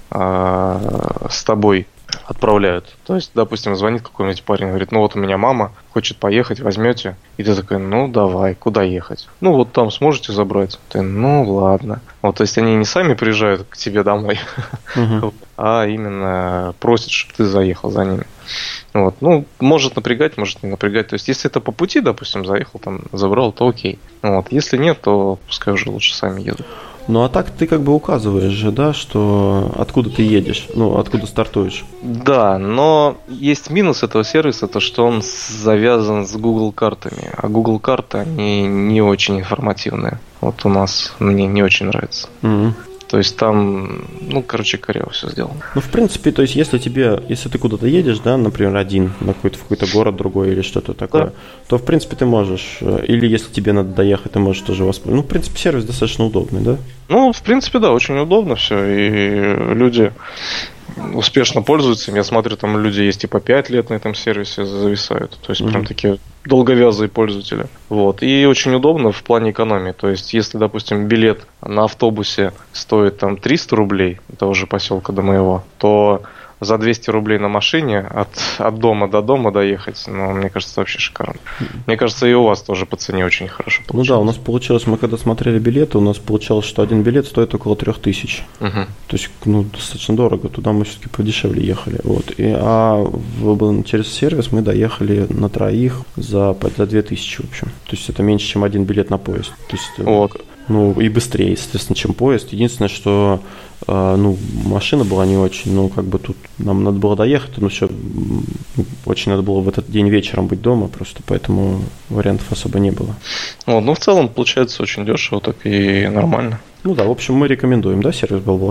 S2: а, с тобой отправляют. То есть, допустим, звонит какой-нибудь парень, говорит, ну вот у меня мама хочет поехать, возьмете? И ты такой, ну давай, куда ехать? Ну вот там сможете забрать? Ты, ну ладно. Вот, то есть они не сами приезжают к тебе домой, uh-huh. а именно просят, чтобы ты заехал за ними. Вот. Ну, может напрягать, может не напрягать. То есть, если это по пути, допустим, заехал, там, забрал, то окей. Вот. Если нет, то пускай уже лучше сами едут.
S1: Ну, а так ты как бы указываешь же, да, что откуда ты едешь, ну, откуда стартуешь.
S2: Да, но есть минус этого сервиса, то что он завязан с Google картами, а Google карты, они не очень информативные. Вот у нас, мне не очень нравится. Mm-hmm. То есть там, ну, короче, коряво все сделано.
S1: Ну, в принципе, то есть, если тебе, если ты куда-то едешь, да, например, один, на какой-то, в какой-то город другой или что-то такое, да. то, в принципе, ты можешь, или если тебе надо доехать, ты можешь тоже воспользоваться. Ну, в принципе, сервис достаточно удобный, да?
S2: Ну, в принципе, да, очень удобно все, и люди успешно пользуются им. Я смотрю, там люди есть и по пять лет на этом сервисе зависают. То есть, mm-hmm. прям такие долговязые пользователи. Вот. И очень удобно в плане экономии. То есть, если, допустим, билет на автобусе стоит там триста рублей, этого же поселка до моего, то за двести рублей на машине от, от дома до дома доехать, ну, мне кажется, вообще шикарно. Мне кажется, и у вас тоже по цене очень хорошо получилось.
S1: Ну да, у нас получилось, мы когда смотрели билеты, у нас получалось, что один билет стоит около трех тысяч. Угу. То есть, ну, достаточно дорого, туда мы все-таки подешевле ехали. Вот. И, а в, через сервис мы доехали на троих за, за две тысячи, в общем. То есть, это меньше, чем один билет на поезд. То есть, вот. Ну, и быстрее, естественно, чем поезд. Единственное, что э, ну, машина была не очень, ну, как бы тут нам надо было доехать, но все, очень надо было в этот день вечером быть дома, просто поэтому вариантов особо не было.
S2: Вот, ну, в целом, получается очень дешево, так и нормально.
S1: Ну да, в общем, мы рекомендуем, да, сервис BlaBlaCar.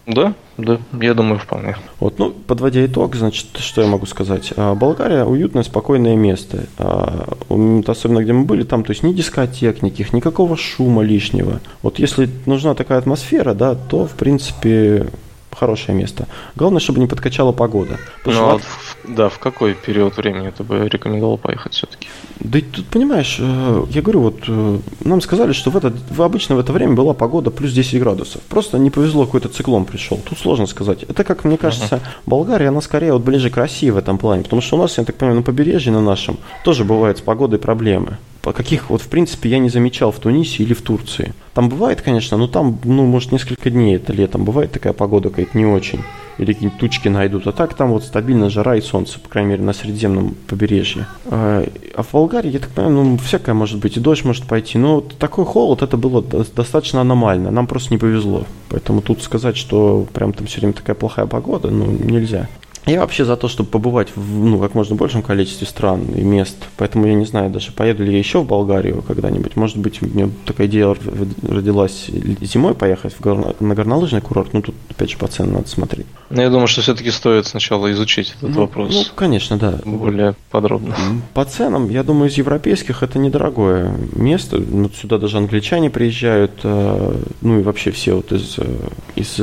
S2: Да, да, я думаю, вполне.
S1: Вот, ну, подводя итог, значит, что я могу сказать? Болгария уютное, спокойное место. Особенно, где мы были, там, то есть, ни дискотек никаких, никакого шума лишнего. Вот если нужна такая атмосфера, да, то, в принципе, хорошее место. Главное, чтобы не подкачала погода.
S2: Ну, а в, да, в какой период времени ты бы рекомендовал поехать все-таки?
S1: Да и тут, понимаешь, я говорю, вот нам сказали, что в это, в обычно в это время была погода плюс десять градусов. Просто не повезло, какой-то циклон пришел. Тут сложно сказать. Это, как мне кажется, uh-huh. Болгария, она скорее вот ближе к России в этом плане. Потому что у нас, я так понимаю, на побережье на нашем тоже бывают с погодой проблемы. По каких, вот, в принципе, я не замечал в Тунисе или в Турции. Там бывает, конечно, но там, ну, может, несколько дней это летом. Бывает такая погода какая-то не очень. Или какие-нибудь тучки найдут. А так там вот стабильно жара и солнце, по крайней мере, на Средиземном побережье. А в Болгарии, я так понимаю, ну, всякое может быть. И дождь может пойти. Но вот такой холод, это было достаточно аномально. Нам просто не повезло. Поэтому тут сказать, что прям там все время такая плохая погода, ну, нельзя. Я вообще за то, чтобы побывать в, ну, как можно большем количестве стран и мест. Поэтому я не знаю, даже поеду ли я еще в Болгарию когда-нибудь. Может быть, у меня такая идея родилась зимой поехать в горно, на горнолыжный курорт. Ну, тут, опять же, по ценам надо смотреть.
S2: Ну, я думаю, что все-таки стоит сначала изучить этот
S1: ну,
S2: вопрос.
S1: Ну, конечно, да.
S2: Более подробно.
S1: По ценам, я думаю, из европейских это недорогое место. Ну, сюда даже англичане приезжают. Ну, и вообще все вот из, из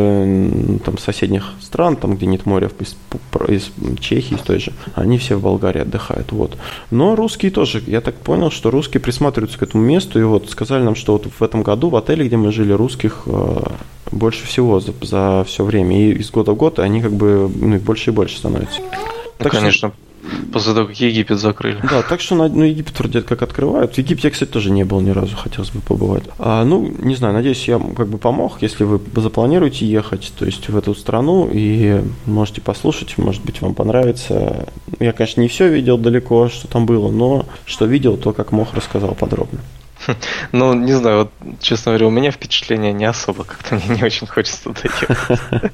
S1: там, соседних стран, там, где нет моря, из, из Чехии, из той же, они все в Болгарии отдыхают. Вот. Но русские тоже, я так понял, что русские присматриваются к этому месту, и вот сказали нам, что вот в этом году в отеле, где мы жили, русских э, больше всего за, за все время. И из года в год они как бы ну, больше и больше становятся.
S2: Ну,
S1: так
S2: конечно. Что... После того, как Египет закрыли.
S1: Да, так что ну, Египет вроде как открывают. В Египте я, кстати, тоже не был ни разу, хотелось бы побывать. А, ну, не знаю, надеюсь, я как бы помог, если вы запланируете ехать, то есть в эту страну, и можете послушать, может быть, вам понравится. Я, конечно, не все видел далеко, что там было, но что видел, то как мог, рассказал подробно.
S2: Ну, не знаю, вот, честно говоря, у меня впечатление не особо, как-то мне не очень хочется туда ехать.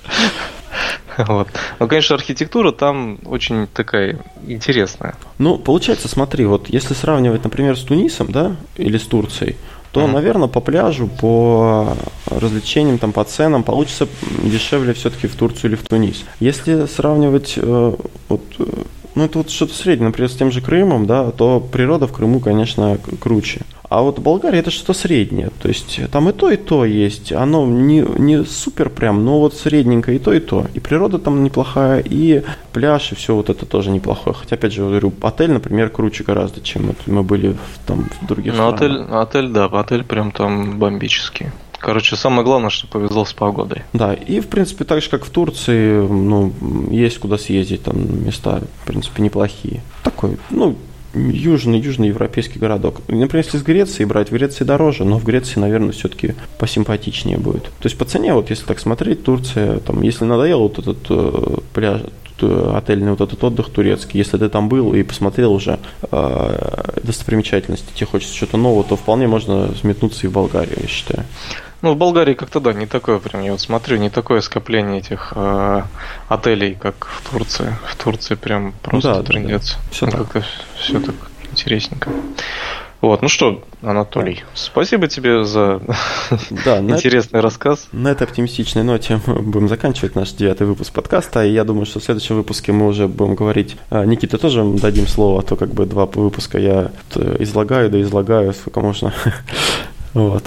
S2: Вот. Но, конечно, архитектура там очень такая интересная.
S1: Ну, получается, смотри, вот если сравнивать, например, с Тунисом, да, или с Турцией, то, mm-hmm. наверное, по пляжу, по развлечениям, там, по ценам получится дешевле все-таки в Турцию или в Тунис. Если сравнивать, э, вот, ну, это вот что-то среднее, например, с тем же Крымом, да, то природа в Крыму, конечно, круче. А вот Болгария это что-то среднее, то есть там и то, и то есть, оно не, не супер прям, но вот средненькое и то, и то. И природа там неплохая, и пляж, и все вот это тоже неплохое. Хотя, опять же, я говорю, отель, например, круче гораздо, чем вот мы были в, там, в других
S2: ну,
S1: странах.
S2: Отель, отель, да, отель прям там бомбический. Короче, самое главное, что повезло с погодой.
S1: Да, и, в принципе, так же, как в Турции, ну, есть куда съездить, там места, в принципе, неплохие. Такой, ну, южный, южноевропейский городок. Например, если с Грецией брать, в Греции дороже, но в Греции, наверное, все-таки посимпатичнее будет. То есть по цене, вот если так смотреть, Турция, там, если надоел вот этот э, пляж, отельный вот этот отдых турецкий, если ты там был и посмотрел уже э, достопримечательности, тебе хочется что-то нового, то вполне можно сметнуться и в Болгарию, я считаю.
S2: Ну, в Болгарии как-то, да, не такое прям, я вот смотрю, не такое скопление этих э, отелей, как в Турции. В Турции прям просто
S1: да,
S2: трындец.
S1: Да, да. Все
S2: ну,
S1: так.
S2: Как-то все так интересненько. Вот, ну что, Анатолий, спасибо тебе за да, интересный
S1: на
S2: рассказ.
S1: На этой оптимистичной ноте мы будем заканчивать наш девятый выпуск подкаста, и я думаю, что в следующем выпуске мы уже будем говорить, Никите тоже дадим слово, а то как бы два выпуска я излагаю, да излагаю, сколько можно. Вот.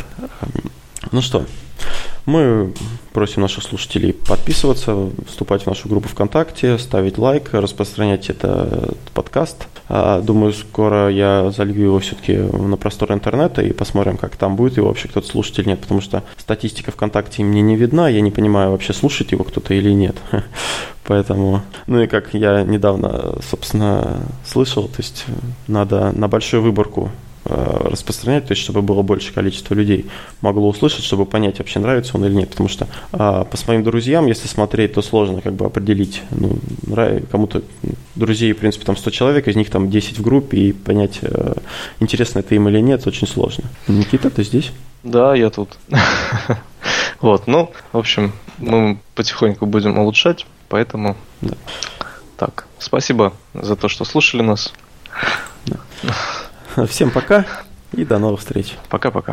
S1: Ну что, мы просим наших слушателей подписываться, вступать в нашу группу ВКонтакте, ставить лайк, распространять этот подкаст. Думаю, скоро я залью его все-таки на простор интернета и посмотрим, как там будет его вообще кто-то слушать или нет, потому что статистика ВКонтакте мне не видна, я не понимаю, вообще слушать его кто-то или нет. Поэтому, ну и как я недавно, собственно, слышал, то есть надо на большую выборку распространять, то есть чтобы было больше количество людей могло услышать, чтобы понять, вообще нравится он или нет, потому что а, по своим друзьям, если смотреть, то сложно как бы определить, ну, кому-то друзей, в принципе, там сто человек, из них там десять в группе, и понять, а, интересно это им или нет, очень сложно. Никита, ты здесь?
S2: Да, я тут. Вот, ну, в общем, мы потихоньку будем улучшать, поэтому так, спасибо за то, что слушали нас.
S1: Всем пока и до новых встреч.
S2: Пока-пока.